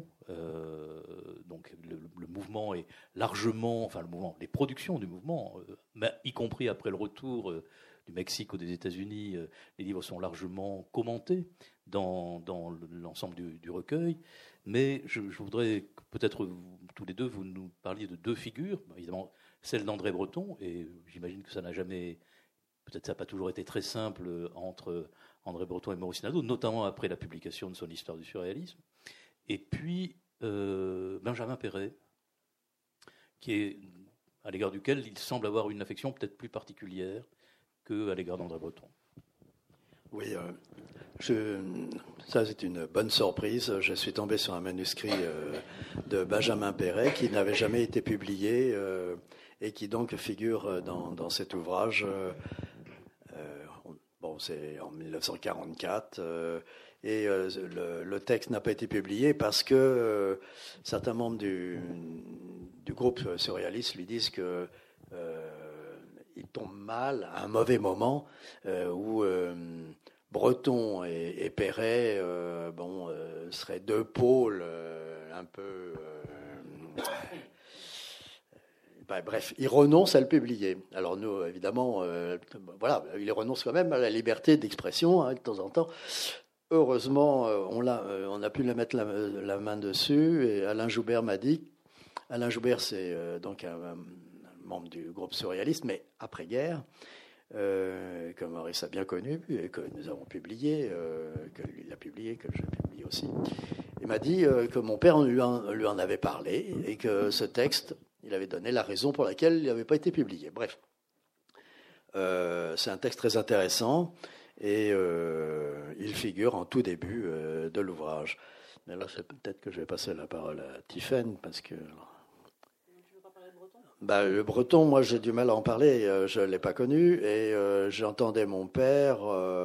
donc le mouvement est largement, enfin les productions du mouvement, y compris après le retour du Mexique ou des États-Unis, les livres sont largement commentés dans l'ensemble du recueil. Mais je voudrais que peut-être tous les deux, vous nous parliez de deux figures. Évidemment, celle d'André Breton, et j'imagine que ça n'a jamais, peut-être ça n'a pas toujours été très simple entre André Breton et Maurice Nadeau, notamment après la publication de son Histoire du surréalisme. Et puis Benjamin Péret, à l'égard duquel il semble avoir une affection peut-être plus particulière qu'à l'égard d'André Breton. Oui, ça c'est une bonne surprise. Je suis tombé sur un manuscrit de Benjamin Péret qui n'avait jamais été publié et qui donc figure dans cet ouvrage. C'est en 1944 et le texte n'a pas été publié parce que certains membres du groupe surréaliste lui disent que il tombe mal à un mauvais moment où Breton et Péret seraient deux pôles un peu... bref, il renonce à le publier. Alors nous, évidemment, il renonce quand même à la liberté d'expression de temps en temps. Heureusement, on a pu mettre la main dessus, et Alain Joubert m'a dit... Alain Joubert, c'est donc un membre du groupe surréaliste, mais après-guerre, que Maurice a bien connu, et que nous avons publié, que lui l'a publié, que j'ai publié aussi. Il m'a dit que mon père lui en avait parlé, et que ce texte, il avait donné la raison pour laquelle il n'avait pas été publié. Bref, c'est un texte très intéressant, et il figure en tout début de l'ouvrage. Mais là, c'est peut-être que je vais passer la parole à Tiffaine, parce que... le Breton, moi j'ai du mal à en parler, je ne l'ai pas connu, et j'entendais mon père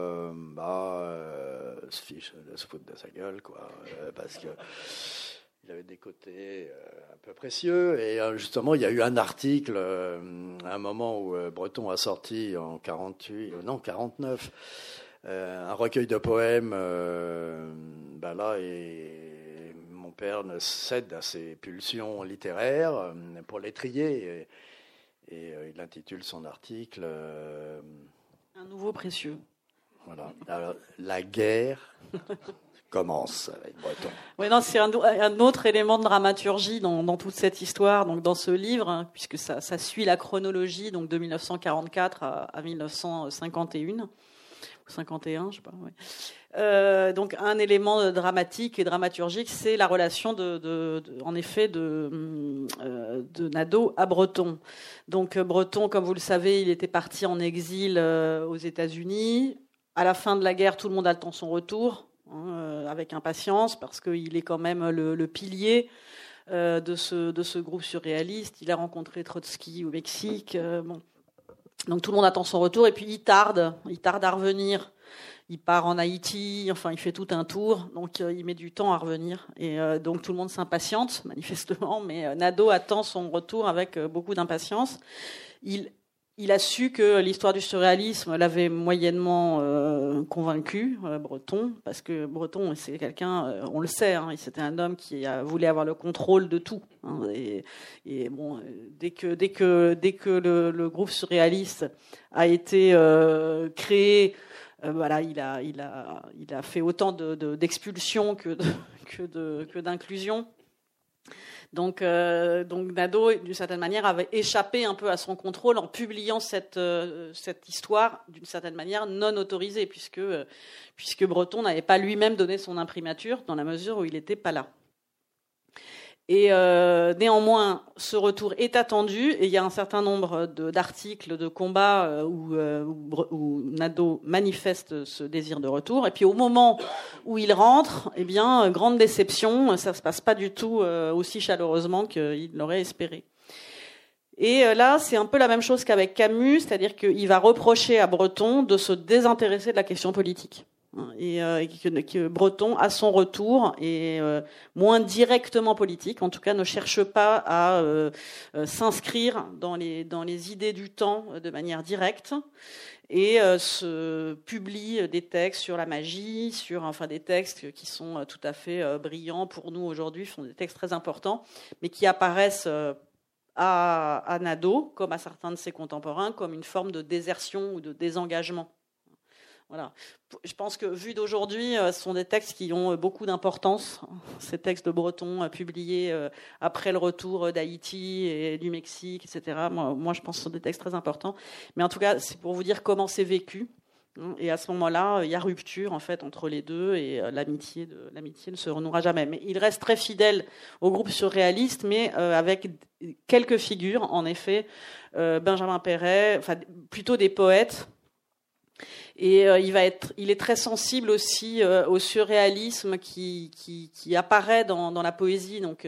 se foutre de sa gueule, quoi, parce que il avait des côtés un peu précieux, et justement il y a eu un article à un moment où Breton a sorti en 49 un recueil de poèmes, et mon père ne cède à ses pulsions littéraires pour les trier, et il intitule son article Un nouveau précieux. Voilà. Alors, la guerre commence avec Breton. Oui, non, c'est un autre élément de dramaturgie dans toute cette histoire, donc dans ce livre, puisque ça suit la chronologie, donc de 1944 à 1951. 51, je sais pas. Ouais. Donc un élément dramatique et dramaturgique, c'est la relation en effet de Nadeau à Breton. Donc Breton, comme vous le savez, il était parti en exil aux États-Unis. À la fin de la guerre, tout le monde attend son retour avec impatience, parce qu'il est quand même le pilier de ce groupe surréaliste. Il a rencontré Trotsky au Mexique. Donc tout le monde attend son retour, et puis il tarde à revenir. Il part en Haïti, enfin il fait tout un tour, donc il met du temps à revenir. Et donc tout le monde s'impatiente, manifestement, mais Nadeau attend son retour avec beaucoup d'impatience. Il a su que l'histoire du surréalisme l'avait moyennement convaincu, Breton, parce que Breton, c'est quelqu'un, on le sait, hein, c'était un homme qui voulait avoir le contrôle de tout. Hein, et bon, dès que le groupe surréaliste a été créé, voilà, il a fait autant d'expulsions que d'inclusions. Donc Nadeau, d'une certaine manière, avait échappé un peu à son contrôle en publiant cette histoire, d'une certaine manière, non autorisée, puisque Breton n'avait pas lui-même donné son imprimature, dans la mesure où il n'était pas là. Et néanmoins, ce retour est attendu, et il y a un certain nombre d'articles de combat où Nadeau manifeste ce désir de retour. Et puis au moment où il rentre, eh bien, grande déception, ça se passe pas du tout aussi chaleureusement qu'il l'aurait espéré. Et là, c'est un peu la même chose qu'avec Camus, c'est-à-dire qu'il va reprocher à Breton de se désintéresser de la question politique. Et que Breton, à son retour, est moins directement politique, en tout cas ne cherche pas à s'inscrire dans les idées du temps de manière directe, et se publie des textes sur la magie, des textes qui sont tout à fait brillants pour nous aujourd'hui, sont des textes très importants, mais qui apparaissent à Nadeau, comme à certains de ses contemporains, comme une forme de désertion ou de désengagement. Voilà. Je pense que, vu d'aujourd'hui, ce sont des textes qui ont beaucoup d'importance. Ces textes de Breton publiés après le retour d'Haïti et du Mexique, etc. Moi, je pense que ce sont des textes très importants. Mais en tout cas, c'est pour vous dire comment c'est vécu. Et à ce moment-là, il y a rupture en fait entre les deux, et l'amitié ne se renouera jamais. Mais il reste très fidèle au groupe surréaliste, mais avec quelques figures, en effet, Benjamin Péret, enfin plutôt des poètes. Et il est très sensible aussi au surréalisme qui apparaît dans la poésie. Donc,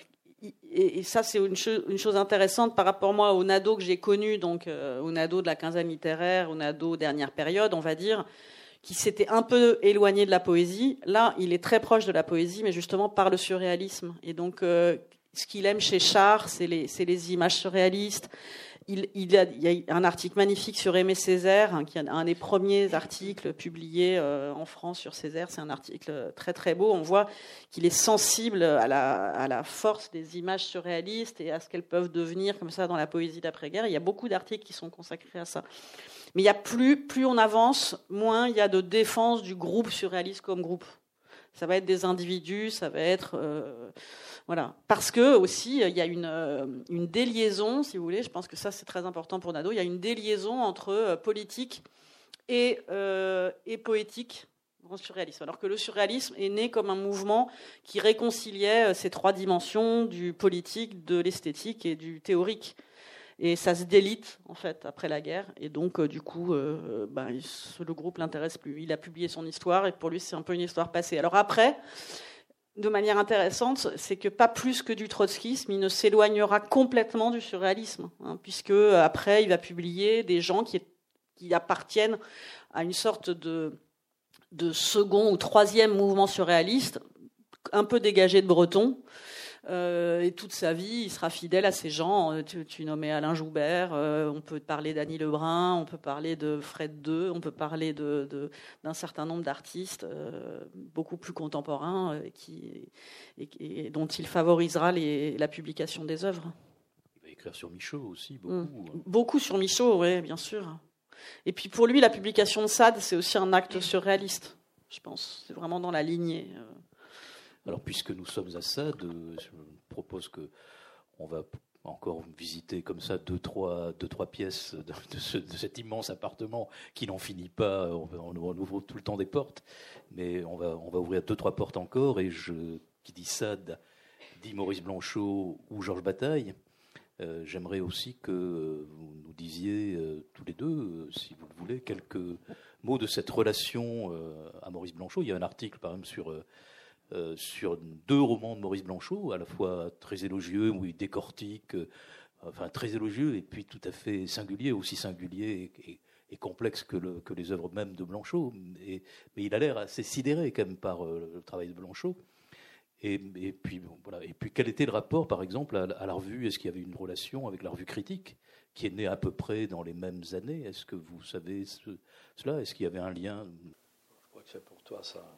et ça, c'est une chose intéressante par rapport, moi, au Nadeau que j'ai connu, donc au Nadeau de la quinzaine littéraire, au Nadeau dernière période, on va dire, qui s'était un peu éloigné de la poésie. Là, il est très proche de la poésie, mais justement par le surréalisme. Et donc, ce qu'il aime chez Char, c'est les images surréalistes. Il y a un article magnifique sur Aimé Césaire, hein, qui est un des premiers articles publiés en France sur Césaire. C'est un article très très beau. On voit qu'il est sensible à la force des images surréalistes et à ce qu'elles peuvent devenir comme ça dans la poésie d'après-guerre. Il y a beaucoup d'articles qui sont consacrés à ça. Mais il y a plus on avance, moins il y a de défense du groupe surréaliste comme groupe. Ça va être des individus, ça va être... voilà. Parce que aussi, il y a une déliaison, si vous voulez, je pense que ça c'est très important pour Nadeau, il y a une déliaison entre politique et poétique dans le surréalisme. Alors que le surréalisme est né comme un mouvement qui réconciliait ces trois dimensions du politique, de l'esthétique et du théorique. Et ça se délite, en fait, après la guerre. Et donc, du coup, le groupe l'intéresse plus. Il a publié son histoire, et pour lui, c'est un peu une histoire passée. Alors après, de manière intéressante, c'est que pas plus que du trotskisme, il ne s'éloignera complètement du surréalisme, hein, puisque après, il va publier des gens qui appartiennent à une sorte de second ou troisième mouvement surréaliste, un peu dégagé de Breton. Et toute sa vie, il sera fidèle à ces gens. Tu nommais Alain Joubert, on peut parler d'Annie Lebrun, on peut parler de Fred II, on peut parler d'un certain nombre d'artistes beaucoup plus contemporains et dont il favorisera la publication des œuvres. Il va écrire sur Michaud aussi, beaucoup. Beaucoup sur Michaud, oui, bien sûr. Et puis pour lui, la publication de Sade, c'est aussi un acte surréaliste, je pense. C'est vraiment dans la lignée. Alors, puisque nous sommes à Sade, je propose qu'on va encore visiter comme ça deux, trois pièces de cet immense appartement qui n'en finit pas. On ouvre tout le temps des portes, mais on va ouvrir 2-3 portes encore. Et qui dit Sade, dit Maurice Blanchot ou Georges Bataille. J'aimerais aussi que vous nous disiez tous les deux, si vous le voulez, quelques mots de cette relation à Maurice Blanchot. Il y a un article, par exemple, sur 2 romans de Maurice Blanchot, à la fois très élogieux, où il décortique enfin très élogieux et puis tout à fait singulier, aussi singulier et complexe que les œuvres même de Blanchot. Mais il a l'air assez sidéré quand même par le travail de Blanchot. Et puis, bon, voilà. Et puis, quel était le rapport, par exemple, à la revue? Est-ce qu'il y avait une relation avec la revue Critique, qui est née à peu près dans les mêmes années? Est-ce que vous savez cela? Est-ce qu'il y avait un lien? Je crois que c'est pour toi, ça.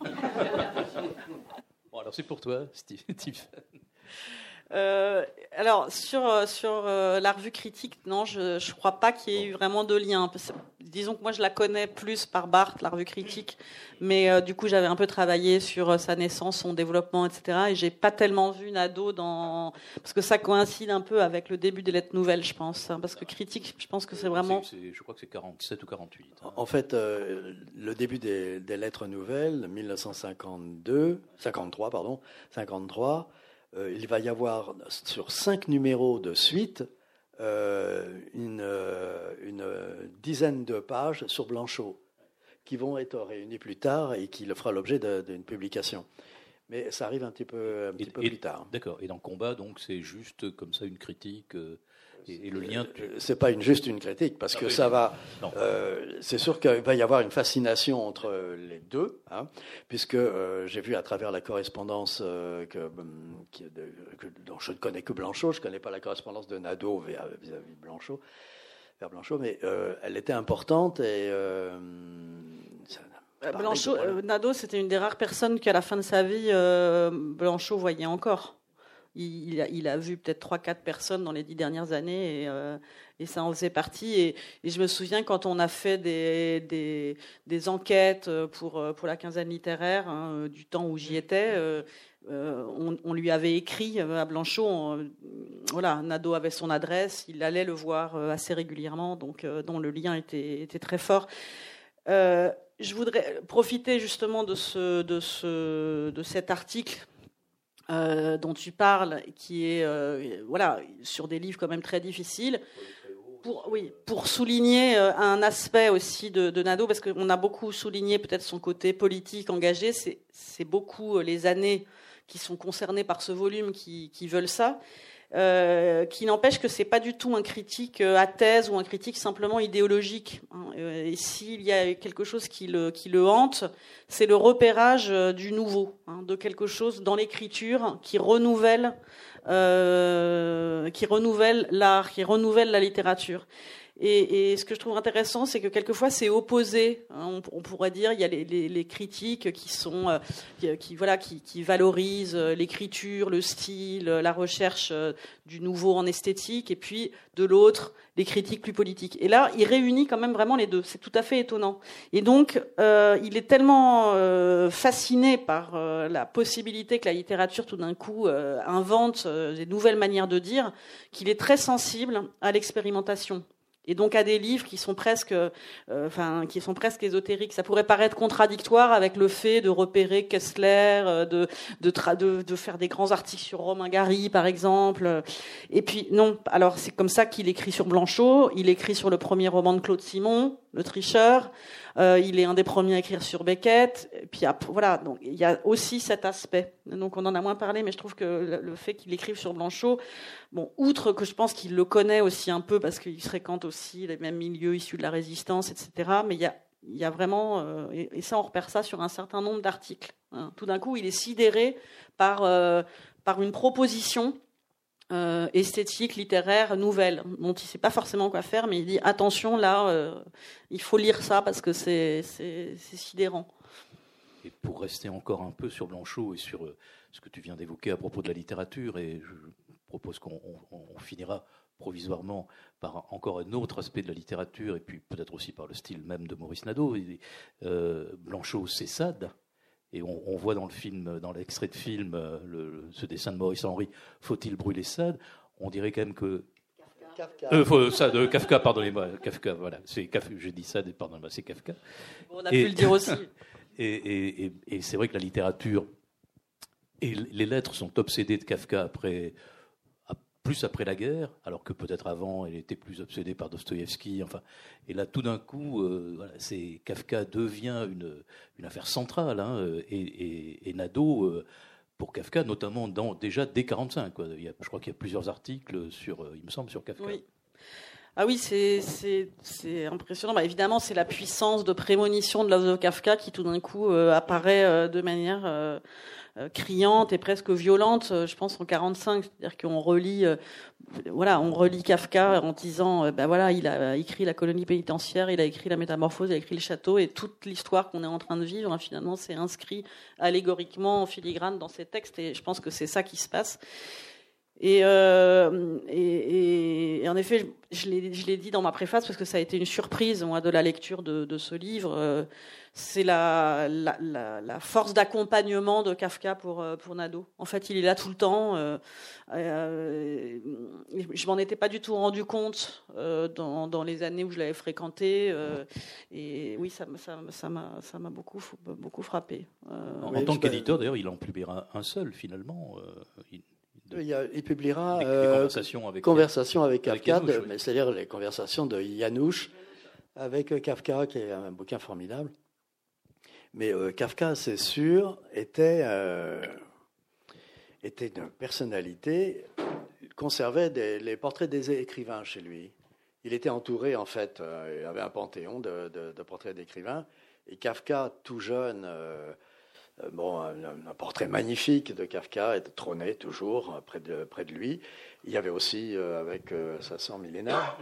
Bon, alors c'est pour toi, Steve. Alors sur la revue Critique, non, je crois pas qu'il y ait eu vraiment de lien. Disons que moi je la connais plus par Barthes, la revue Critique, mais du coup j'avais un peu travaillé sur sa naissance, son développement, etc. Et j'ai pas tellement vu Nadeau parce que ça coïncide un peu avec le début des lettres nouvelles, je pense, hein, parce que Critique, je pense que c'est vraiment. Je crois que c'est 47 ou 48. Hein. En fait, le début des lettres nouvelles, 1953, il va y avoir sur 5 numéros de suite une dizaine de pages sur Blanchot qui vont être réunies plus tard et qui le fera l'objet d'une publication. Mais ça arrive un petit peu plus tard. D'accord. Et dans Combat, donc, c'est juste comme ça une critique et le lien. C'est pas juste une critique parce que ça va. C'est sûr qu'il va y avoir une fascination entre les deux, hein, puisque j'ai vu à travers la correspondance dont je ne connais que Blanchot, je ne connais pas la correspondance de Nadeau vis-à-vis de Blanchot, vers Blanchot, mais elle était importante et. Blanchot, Nadeau, c'était une des rares personnes qu'à la fin de sa vie, Blanchot voyait encore. Il a vu peut-être 3-4 personnes dans les 10 dernières années et ça en faisait partie. Et je me souviens quand on a fait des enquêtes pour la quinzaine littéraire, hein, du temps où j'y étais, on lui avait écrit à Blanchot, voilà, Nadeau avait son adresse, il allait le voir assez régulièrement, donc dont le lien était très fort. Je voudrais profiter justement de cet article dont tu parles, qui est sur des livres quand même très difficiles, pour souligner un aspect aussi de Nadeau, parce qu'on a beaucoup souligné peut-être son côté politique engagé. C'est beaucoup les années qui sont concernées par ce volume qui veulent ça. Qui n'empêche que c'est pas du tout un critique à thèse ou un critique simplement idéologique. Et s'il y a quelque chose qui le hante, c'est le repérage du nouveau, hein, de quelque chose dans l'écriture qui renouvelle l'art, qui renouvelle la littérature. Et ce que je trouve intéressant, c'est que quelquefois c'est opposé. Hein, on pourrait dire, il y a les critiques qui valorisent l'écriture, le style, la recherche du nouveau en esthétique, et puis de l'autre, les critiques plus politiques. Et là, il réunit quand même vraiment les deux. C'est tout à fait étonnant. Et donc, il est tellement fasciné par la possibilité que la littérature, tout d'un coup, invente des nouvelles manières de dire, qu'il est très sensible à l'expérimentation. Et donc à des livres qui sont presque ésotériques. Ça pourrait paraître contradictoire avec le fait de repérer Kessler, de faire des grands articles sur Romain Gary, par exemple. Et puis non. Alors c'est comme ça qu'il écrit sur Blanchot. Il écrit sur le premier roman de Claude Simon, Le Tricheur. Il est un des premiers à écrire sur Beckett. Et puis voilà. Donc il y a aussi cet aspect. Donc on en a moins parlé, mais je trouve que le fait qu'il écrive sur Blanchot, bon, outre que je pense qu'il le connaît aussi un peu parce qu'il fréquente aussi les mêmes milieux issus de la résistance, etc. Mais il y a vraiment, et ça on repère ça sur un certain nombre d'articles. Hein. Tout d'un coup, il est sidéré par une proposition esthétique, littéraire, nouvelle, dont il ne sait pas forcément quoi faire, mais il dit attention, là, il faut lire ça parce que c'est sidérant. Et pour rester encore un peu sur Blanchot et sur ce que tu viens d'évoquer à propos de la littérature, et je propose qu'on finira provisoirement par encore un autre aspect de la littérature, et puis peut-être aussi par le style même de Maurice Nadeau. Blanchot, c'est Sade. Et on voit dans le film, dans l'extrait de film, ce dessin de Maurice Henry, faut-il brûler Sade? On dirait quand même que Kafka, pardonnez-moi, Kafka, voilà, c'est Kafka, j'ai dit Sade, pardonnez-moi, c'est Kafka. On a pu le dire aussi. Et c'est vrai que la littérature et les lettres sont obsédées de Kafka plus après la guerre, alors que peut-être avant, elle était plus obsédée par Dostoïevski. Enfin, et là, tout d'un coup, Kafka devient une affaire centrale. Hein, et Nadeau pour Kafka, notamment déjà dès 1945. Je crois qu'il y a plusieurs articles il me semble, sur Kafka. Oui. Ah oui, c'est impressionnant. Évidemment, c'est la puissance de prémonition de Laszlo Kafka qui tout d'un coup apparaît de manière criante et presque violente, je pense, en 1945. C'est-à-dire qu'on relit, on relit Kafka en disant, il a écrit La colonie pénitentiaire, il a écrit La métamorphose, il a écrit Le château, et toute l'histoire qu'on est en train de vivre, finalement, c'est inscrit allégoriquement en filigrane dans ces textes, et je pense que c'est ça qui se passe. Et en effet, je l'ai dit dans ma préface parce que ça a été une surprise, moi, de la lecture de ce livre. C'est la force d'accompagnement de Kafka pour Nadeau. En fait, il est là tout le temps. Je m'en étais pas du tout rendu compte dans les années où je l'avais fréquenté. Et oui, ça m'a beaucoup frappé. En tant qu'éditeur, d'ailleurs, il en publiera un seul finalement. Il publiera Conversations avec Kafka, Janouch, mais c'est-à-dire les conversations de Janouch avec Kafka, qui est un bouquin formidable. Mais Kafka, c'est sûr, était une personnalité. Il conservait les portraits des écrivains chez lui. Il était entouré, en fait, il avait un panthéon de portraits d'écrivains. Et Kafka, tout jeune... un portrait magnifique de Kafka trônait toujours près de lui. Il y avait aussi, avec sa sœur Milena...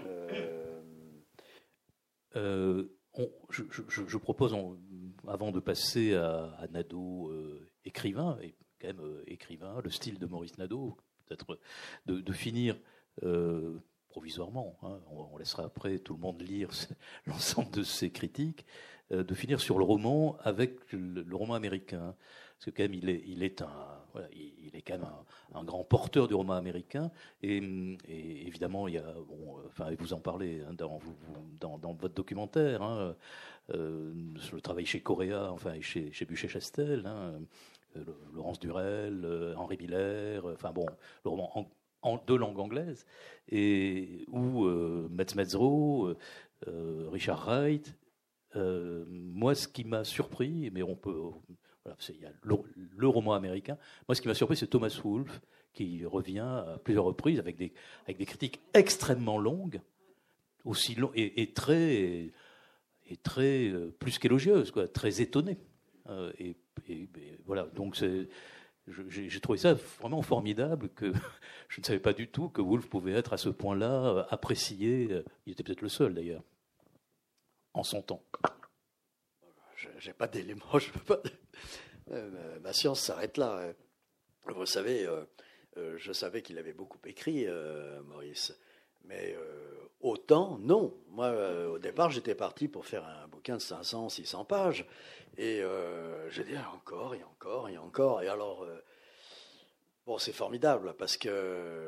je propose, avant de passer à Nadeau, écrivain, et quand même écrivain, le style de Maurice Nadeau, peut-être de finir... provisoirement, on laissera après tout le monde lire l'ensemble de ses critiques, de finir sur le roman avec le roman américain, parce que quand même il est quand même un grand porteur du roman américain, et évidemment il y a vous en parlez dans votre documentaire, sur le travail chez Correa, chez Buchet-Chastel, Laurence Durel, Henri Miller, le roman en deux langues anglaises, et où Metz Metzrow, Richard Wright. Moi, ce qui m'a surpris, mais il y a le roman américain. Moi, ce qui m'a surpris, c'est Thomas Wolfe, qui revient à plusieurs reprises avec des critiques extrêmement longues, aussi longues et très plus qu'élogieuses, très étonnées. Et voilà, donc j'ai trouvé ça vraiment formidable, que je ne savais pas du tout que Wolfe pouvait être à ce point-là apprécié. Il était peut-être le seul, d'ailleurs, en son temps. J'ai pas d'éléments, je peux pas... ma science s'arrête là. Vous savez, je savais qu'il avait beaucoup écrit, Maurice, mais autant, non. Moi, au départ, j'étais parti pour faire un bouquin de 500, 600 pages. Et j'ai dit, encore, et encore, et encore. Et alors, c'est formidable, parce que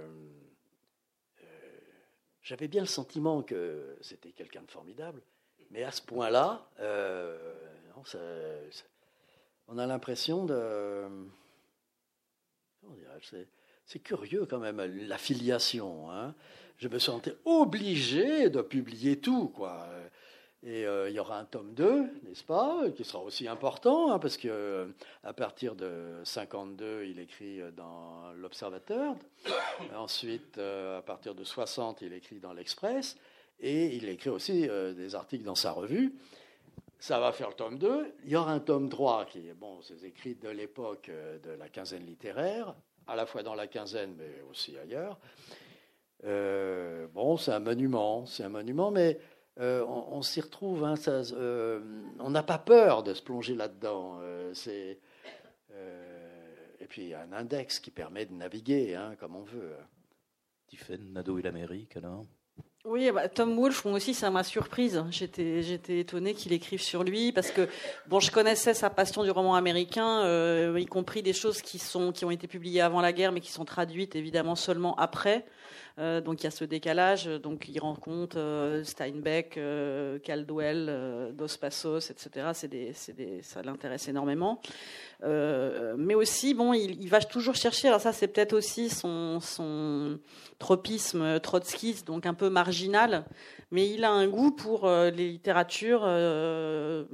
j'avais bien le sentiment que c'était quelqu'un de formidable. Mais à ce point-là, on a l'impression de... Comment dirais-je, c'est curieux quand même, la filiation. Je me sentais obligé de publier tout, quoi. Et il y aura un tome 2, n'est-ce pas, qui sera aussi important, parce que à partir de 1952, il écrit dans l'Observateur. Ensuite, à partir de 1960, il écrit dans l'Express. Et il écrit aussi des articles dans sa revue. Ça va faire le tome 2. Il y aura un tome 3 qui est, ses écrits de l'époque de la quinzaine littéraire, à la fois dans la quinzaine, mais aussi ailleurs. C'est un monument, mais on s'y retrouve. On n'a pas peur de se plonger là-dedans. Et puis, il y a un index qui permet de naviguer comme on veut. Tiphaine, Nadeau et l'Amérique, alors ? Oui, Tom Wolfe, moi aussi, ça m'a surprise. J'étais étonnée qu'il écrive sur lui, parce que je connaissais sa passion du roman américain, y compris des choses qui ont été publiées avant la guerre, mais qui sont traduites évidemment seulement après. Donc il y a ce décalage. Donc il rencontre Steinbeck, Caldwell, Dos Passos, etc. Ça l'intéresse énormément. Mais aussi, il va toujours chercher. Alors ça, c'est peut-être aussi son tropisme trotskiste, donc un peu marginal. marginal, mais il a un goût pour les littératures un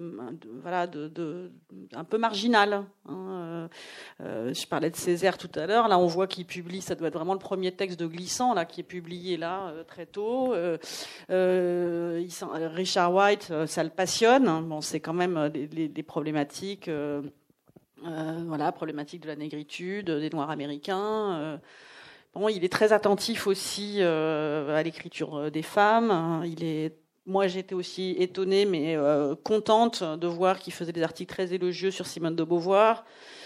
peu marginales. Je parlais de Césaire tout à l'heure. Là, on voit qu'il publie, ça doit être vraiment le premier texte de Glissant là, qui est publié là très tôt. Richard White, ça le passionne. Bon, c'est quand même des problématiques. Problématique de la négritude, des Noirs américains. Il est très attentif aussi à l'écriture des femmes. Moi, j'étais aussi étonnée, mais contente de voir qu'il faisait des articles très élogieux sur Simone de Beauvoir.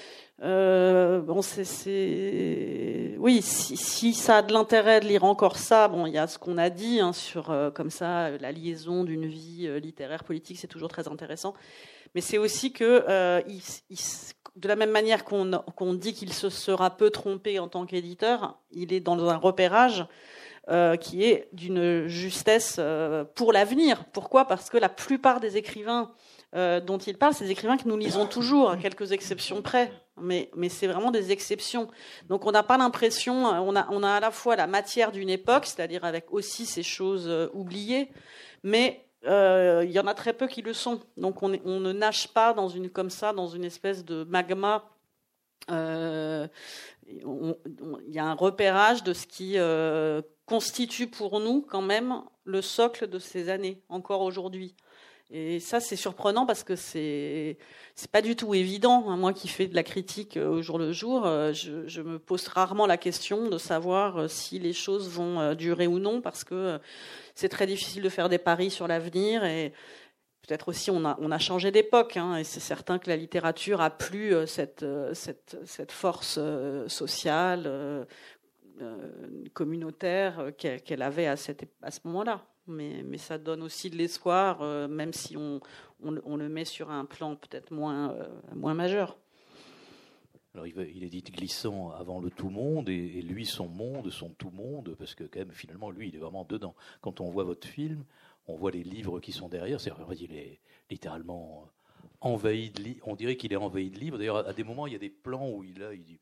Oui, si ça a de l'intérêt de lire encore ça, il y a ce qu'on a dit sur comme ça la liaison d'une vie littéraire, politique, c'est toujours très intéressant. Mais c'est aussi que de la même manière qu'on dit qu'il se sera peu trompé en tant qu'éditeur, il est dans un repérage qui est d'une justesse pour l'avenir. Pourquoi ? Parce que la plupart des écrivains dont il parle, c'est des écrivains que nous lisons toujours, à quelques exceptions près. Mais c'est vraiment des exceptions. Donc on n'a pas l'impression, on a à la fois la matière d'une époque, c'est-à-dire avec aussi ces choses oubliées, mais il y en a très peu qui le sont. Donc on ne nage pas dans une espèce de magma. Il y a un repérage de ce qui constitue pour nous quand même le socle de ces années, encore aujourd'hui. Et ça, c'est surprenant parce que c'est pas du tout évident. Moi qui fais de la critique au jour le jour, je me pose rarement la question de savoir si les choses vont durer ou non, parce que c'est très difficile de faire des paris sur l'avenir. Et peut-être aussi on a changé d'époque, et c'est certain que la littérature a plus cette force sociale, communautaire qu'elle avait à ce moment-là. Mais ça donne aussi de l'espoir, même si on le met sur un plan peut-être moins majeur. Alors il est dit Glissant avant le tout monde, et lui son tout monde, parce que quand même finalement lui il est vraiment dedans. Quand on voit votre film, on voit les livres qui sont derrière, il est littéralement envahi de livres, on dirait qu'il est envahi de livres. D'ailleurs à des moments il y a des plans où il dit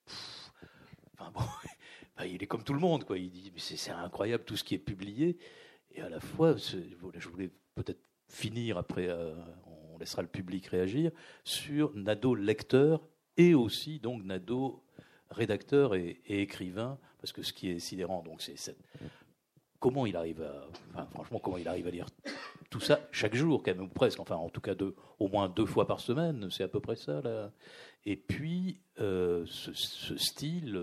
il est comme tout le monde, quoi. Il dit mais c'est incroyable tout ce qui est publié. Et à la fois, je voulais peut-être finir, après on laissera le public réagir, sur Nadeau lecteur et aussi donc Nadeau rédacteur et écrivain, parce que ce qui est sidérant, donc c'est comment il arrive à lire tout ça chaque jour, quand même, ou presque, enfin en tout cas au moins 2 fois par semaine, c'est à peu près ça là. Et puis ce style,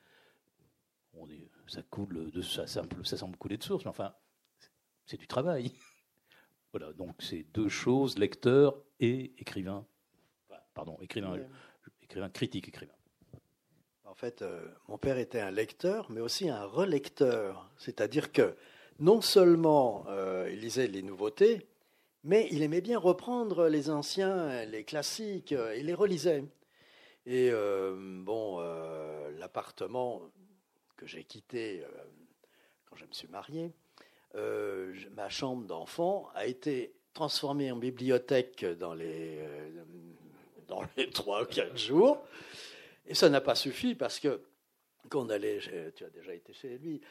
ça coule ça semble couler de source, mais enfin c'est du travail. Voilà, donc c'est 2 choses, lecteur et écrivain. Pardon, écrivain critique, écrivain. En fait, mon père était un lecteur, mais aussi un relecteur. C'est-à-dire que non seulement il lisait les nouveautés, mais il aimait bien reprendre les anciens, les classiques, il les relisait. Et l'appartement que j'ai quitté quand je me suis marié, ma chambre d'enfant a été transformée en bibliothèque dans les 3 ou 4 jours. Et ça n'a pas suffi parce que quand on allait, tu as déjà été chez lui,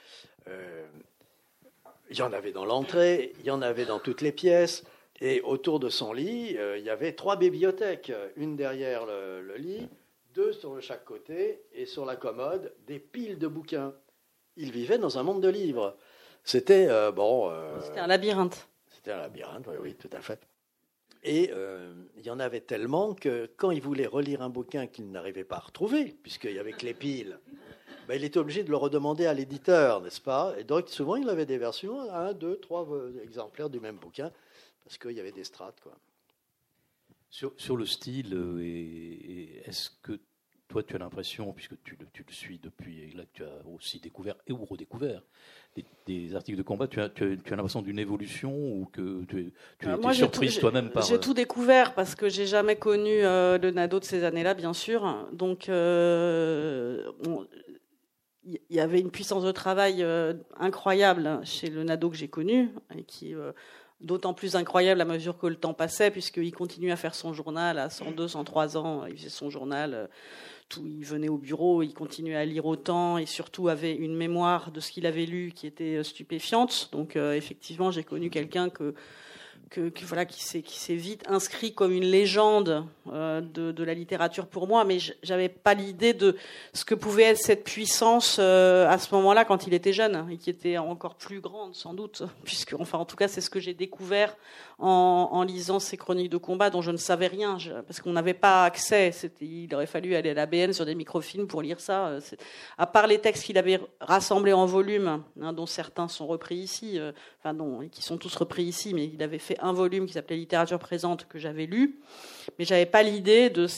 il y en avait dans l'entrée, il y en avait dans toutes les pièces. Et autour de son lit, il y avait 3 bibliothèques. Une derrière le lit, 2 sur chaque côté, et sur la commode, des piles de bouquins. Il vivait dans un monde de livres. C'était C'était un labyrinthe. C'était un labyrinthe, oui, tout à fait. Et il y en avait tellement que quand il voulait relire un bouquin qu'il n'arrivait pas à retrouver, puisqu'il y avait que les piles, il était obligé de le redemander à l'éditeur, n'est-ce pas ? Et donc souvent il avait des versions, 1, 2, 3 exemplaires du même bouquin, parce qu'il y avait des strates, quoi. Sur le style, est-ce que toi, tu as l'impression, puisque tu le suis depuis, et là tu as aussi découvert et ou redécouvert des articles de combat, tu as l'impression d'une évolution, ou que tu es surprise toi-même par... J'ai tout découvert, parce que j'ai jamais connu le Nadeau de ces années-là, bien sûr. Donc, il y avait une puissance de travail incroyable chez le Nadeau que j'ai connu, et qui d'autant plus incroyable à mesure que le temps passait, puisqu'il continuait à faire son journal à 102, 103 ans. Il faisait son journal, il venait au bureau, il continuait à lire autant et surtout avait une mémoire de ce qu'il avait lu qui était stupéfiante. Donc effectivement, j'ai connu quelqu'un qui s'est vite inscrit comme une légende de la littérature pour moi, mais j'avais pas l'idée de ce que pouvait être cette puissance à ce moment-là quand il était jeune, et qui était encore plus grande sans doute, puisque en tout cas c'est ce que j'ai découvert en lisant ces chroniques de combat dont je ne savais rien, parce qu'on n'avait pas accès. Il aurait fallu aller à la BN sur des microfilms pour lire ça. À part les textes qu'il avait rassemblés en volume, dont certains sont repris ici, qui sont tous repris ici, mais il avait fait un volume qui s'appelait Littérature présente que j'avais lu, mais j'avais pas l'idée du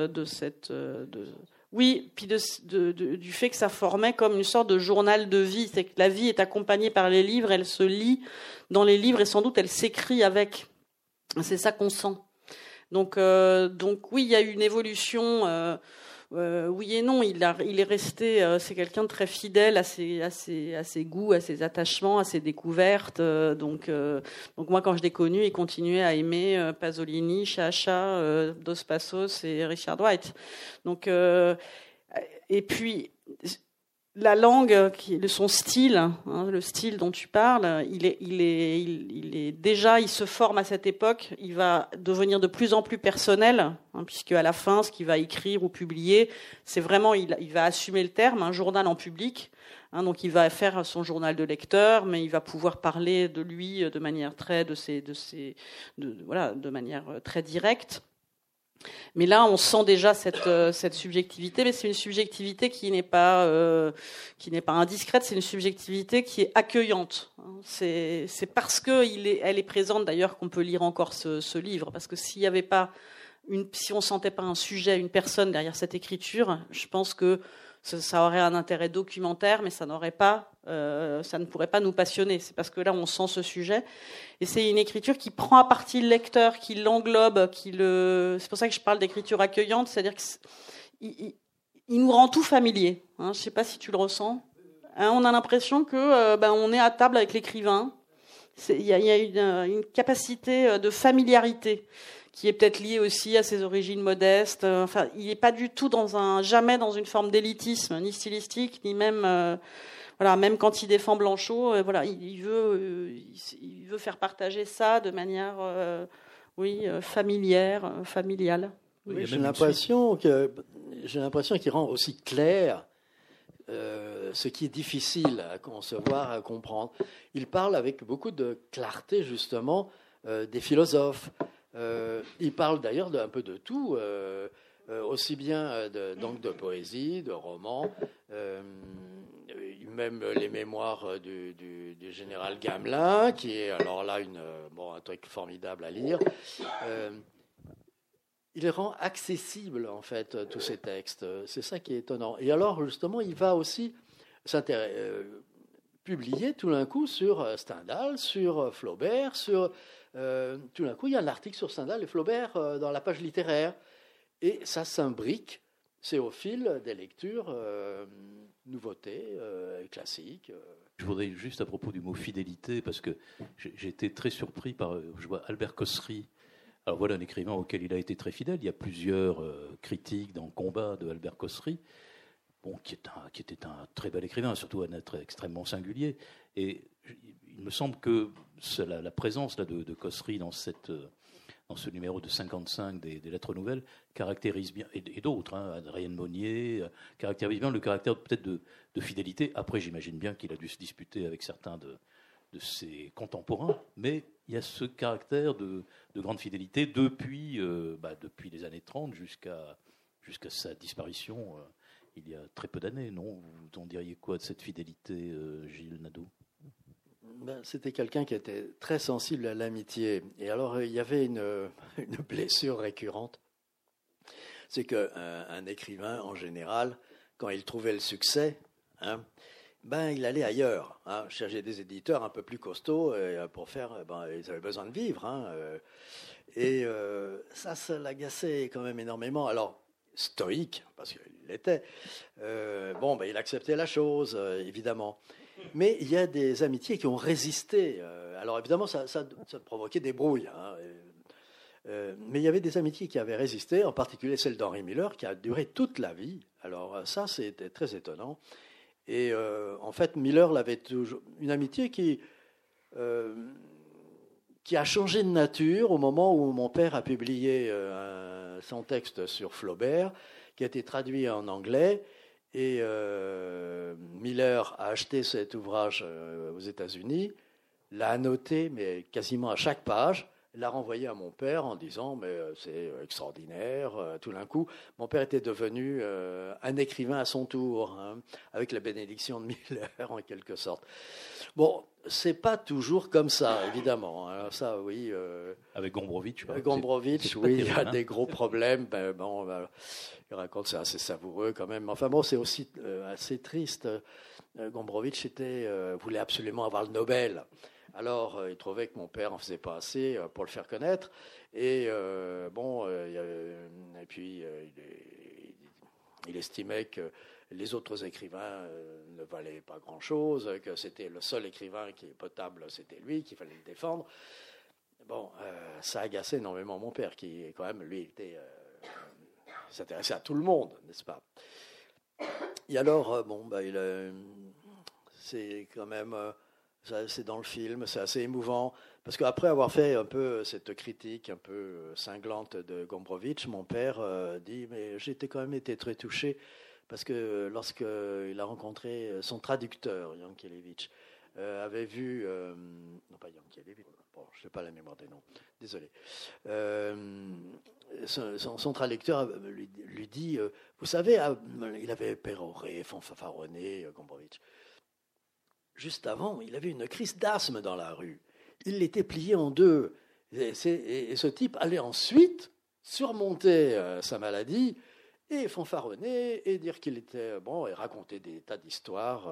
fait que ça formait comme une sorte de journal de vie. C'est que la vie est accompagnée par les livres, elle se lit dans les livres et sans doute elle s'écrit avec. C'est ça qu'on sent. Donc oui, il y a eu une évolution. Oui et non, il est resté. C'est quelqu'un de très fidèle à ses goûts, à ses attachements, à ses découvertes. Donc moi, quand je l'ai connu, il continuait à aimer Pasolini, Sciascia, Dos Passos et Richard White. Donc et puis la langue, son style, le style dont tu parles, il se forme à cette époque. Il va devenir de plus en plus personnel, puisque à la fin, ce qu'il va écrire ou publier, c'est vraiment, il va assumer le terme, un journal en public. Donc il va faire son journal de lecteur, mais il va pouvoir parler de lui de manière de manière très directe. Mais là, on sent déjà cette subjectivité, mais c'est une subjectivité qui n'est pas indiscrète, c'est une subjectivité qui est accueillante. C'est parce elle est présente d'ailleurs qu'on peut lire encore ce livre, parce que si on sentait pas un sujet, une personne derrière cette écriture, je pense que ça aurait un intérêt documentaire, mais ça ne pourrait pas nous passionner. C'est parce que là, on sent ce sujet. Et c'est une écriture qui prend à partie le lecteur, qui l'englobe, c'est pour ça que je parle d'écriture accueillante, c'est-à-dire qu'il nous rend tout familier. Je ne sais pas si tu le ressens. On a l'impression que on est à table avec l'écrivain. Il y a une capacité de familiarité qui est peut-être lié aussi à ses origines modestes. Il n'est pas du tout jamais dans une forme d'élitisme, ni stylistique, ni même, même quand il défend Blanchot, il veut faire partager ça de manière, familiale. Oui, j'ai l'impression qu'il rend aussi clair ce qui est difficile à concevoir, à comprendre. Il parle avec beaucoup de clarté justement des philosophes. Il parle d'ailleurs d'un peu de tout, aussi bien de poésie, de romans, même les mémoires du général Gamelin, qui est alors là un truc formidable à lire. Il rend accessible en fait tous ces textes. C'est ça qui est étonnant. Et alors justement, il va aussi publier tout d'un coup sur Stendhal, sur Flaubert, tout d'un coup, il y a un article sur Stendhal et Flaubert dans la page littéraire. Et ça s'imbrique, c'est au fil des lectures, nouveautés, classiques. Je voudrais juste à propos du mot fidélité, parce que j'ai été très surpris je vois Albert Cossery. Alors voilà un écrivain auquel il a été très fidèle. Il y a plusieurs critiques dans Combat de Albert Cossery, qui était un très bel écrivain, surtout un être extrêmement singulier. Et il me semble que la présence là, de Cossery dans ce numéro de 55 des Lettres Nouvelles caractérise bien, et d'autres, Adrienne Monnier, caractérise bien le caractère peut-être de fidélité. Après, j'imagine bien qu'il a dû se disputer avec certains de ses contemporains, mais il y a ce caractère de grande fidélité depuis les années 30 jusqu'à sa disparition il y a très peu d'années, non ? Vous en diriez quoi de cette fidélité, Gilles Nadeau ? C'était quelqu'un qui était très sensible à l'amitié. Et alors, il y avait une blessure récurrente. C'est qu'un écrivain, en général, quand il trouvait le succès, il allait ailleurs, chercher des éditeurs un peu plus costauds pour faire. Ils avaient besoin de vivre. Et ça l'agaçait quand même énormément. Alors, stoïque, parce qu'il l'était. Il acceptait la chose, évidemment. Mais il y a des amitiés qui ont résisté Alors évidemment, ça provoquait des brouilles. Hein, mais il y avait des amitiés qui avaient résisté, en particulier celle d'Henry Miller, qui a duré toute la vie. Alors ça, c'était très étonnant. Et en fait, Miller l'avait toujours... Une amitié qui a changé de nature au moment où mon père a publié son texte sur Flaubert, qui a été traduit en anglais. Et Miller a acheté cet ouvrage aux États-Unis, l'a annoté, mais quasiment à chaque page, l'a renvoyé à mon père en disant « mais c'est extraordinaire ». Tout d'un coup, mon père était devenu un écrivain à son tour, hein, avec la bénédiction de Miller en quelque sorte. Bon, c'est pas toujours comme ça, évidemment. Alors ça, oui. Avec Gombrowicz. Gombrowicz, oui, terrible, il y a des gros problèmes. Ben, bon, il raconte, c'est assez savoureux quand même. Enfin bon, c'est aussi assez triste. Gombrowicz voulait absolument avoir le Nobel. Alors, il trouvait que mon père en faisait pas assez pour le faire connaître. Et puis, il estimait que les autres écrivains ne valaient pas grand-chose, que c'était le seul écrivain qui est potable, c'était lui, qu'il fallait le défendre. Bon, ça agaçait énormément mon père, qui, quand même, lui, s'intéressait à tout le monde, n'est-ce pas? Et alors, c'est quand même... c'est dans le film, c'est assez émouvant, parce qu'après avoir fait un peu cette critique un peu cinglante de Gombrowicz, mon père dit, mais j'ai quand même été très touché, parce que lorsqu'il a rencontré son traducteur, Yankelevitch, avait vu... non, pas Yankelevitch, bon, je n'ai pas la mémoire des noms, désolé. Son traducteur lui dit, vous savez, il avait péroré, fanfaronné, Gombrowicz. Juste avant, il avait une crise d'asthme dans la rue. Il l'était plié en deux. Et ce type allait ensuite surmonter sa maladie et fanfaronner et dire qu'il était bon et raconter des tas d'histoires.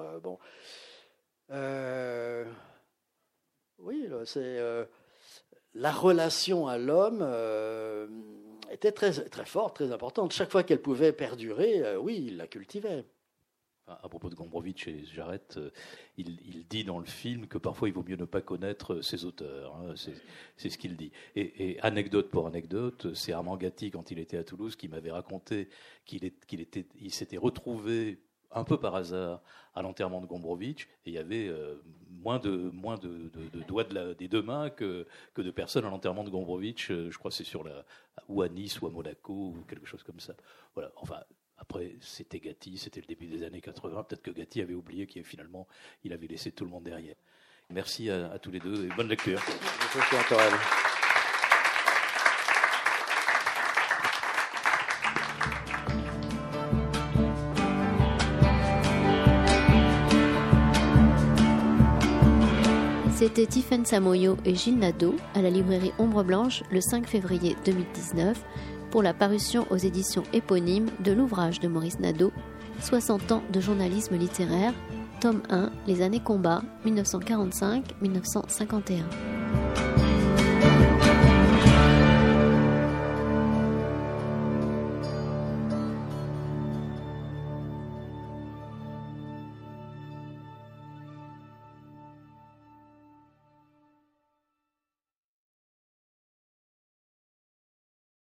Oui, c'est la relation à l'homme était très très forte, très importante. Chaque fois qu'elle pouvait perdurer, oui, il la cultivait. À propos de Gombrowicz, et j'arrête, il dit dans le film que parfois il vaut mieux ne pas connaître ses auteurs. Hein, c'est ce qu'il dit. Et anecdote pour anecdote, c'est Armand Gatti, quand il était à Toulouse, qui m'avait raconté qu'il s'était retrouvé un peu par hasard à l'enterrement de Gombrowicz, et il y avait moins de doigts des deux mains que de personnes à l'enterrement de Gombrowicz. Je crois que c'est ou à Nice ou à Monaco ou quelque chose comme ça. Voilà. Enfin. Après, c'était Gatti, c'était le début des années 80. Peut-être que Gatti avait oublié qu'il avait laissé tout le monde derrière. Merci à tous les deux et bonne lecture. C'était Tiffaine Samoyo et Gilles Nadeau à la librairie Ombre Blanche le 5 février 2019 pour la parution aux éditions éponymes de l'ouvrage de Maurice Nadeau, 60 ans de journalisme littéraire, tome 1, Les années combat, 1945-1951.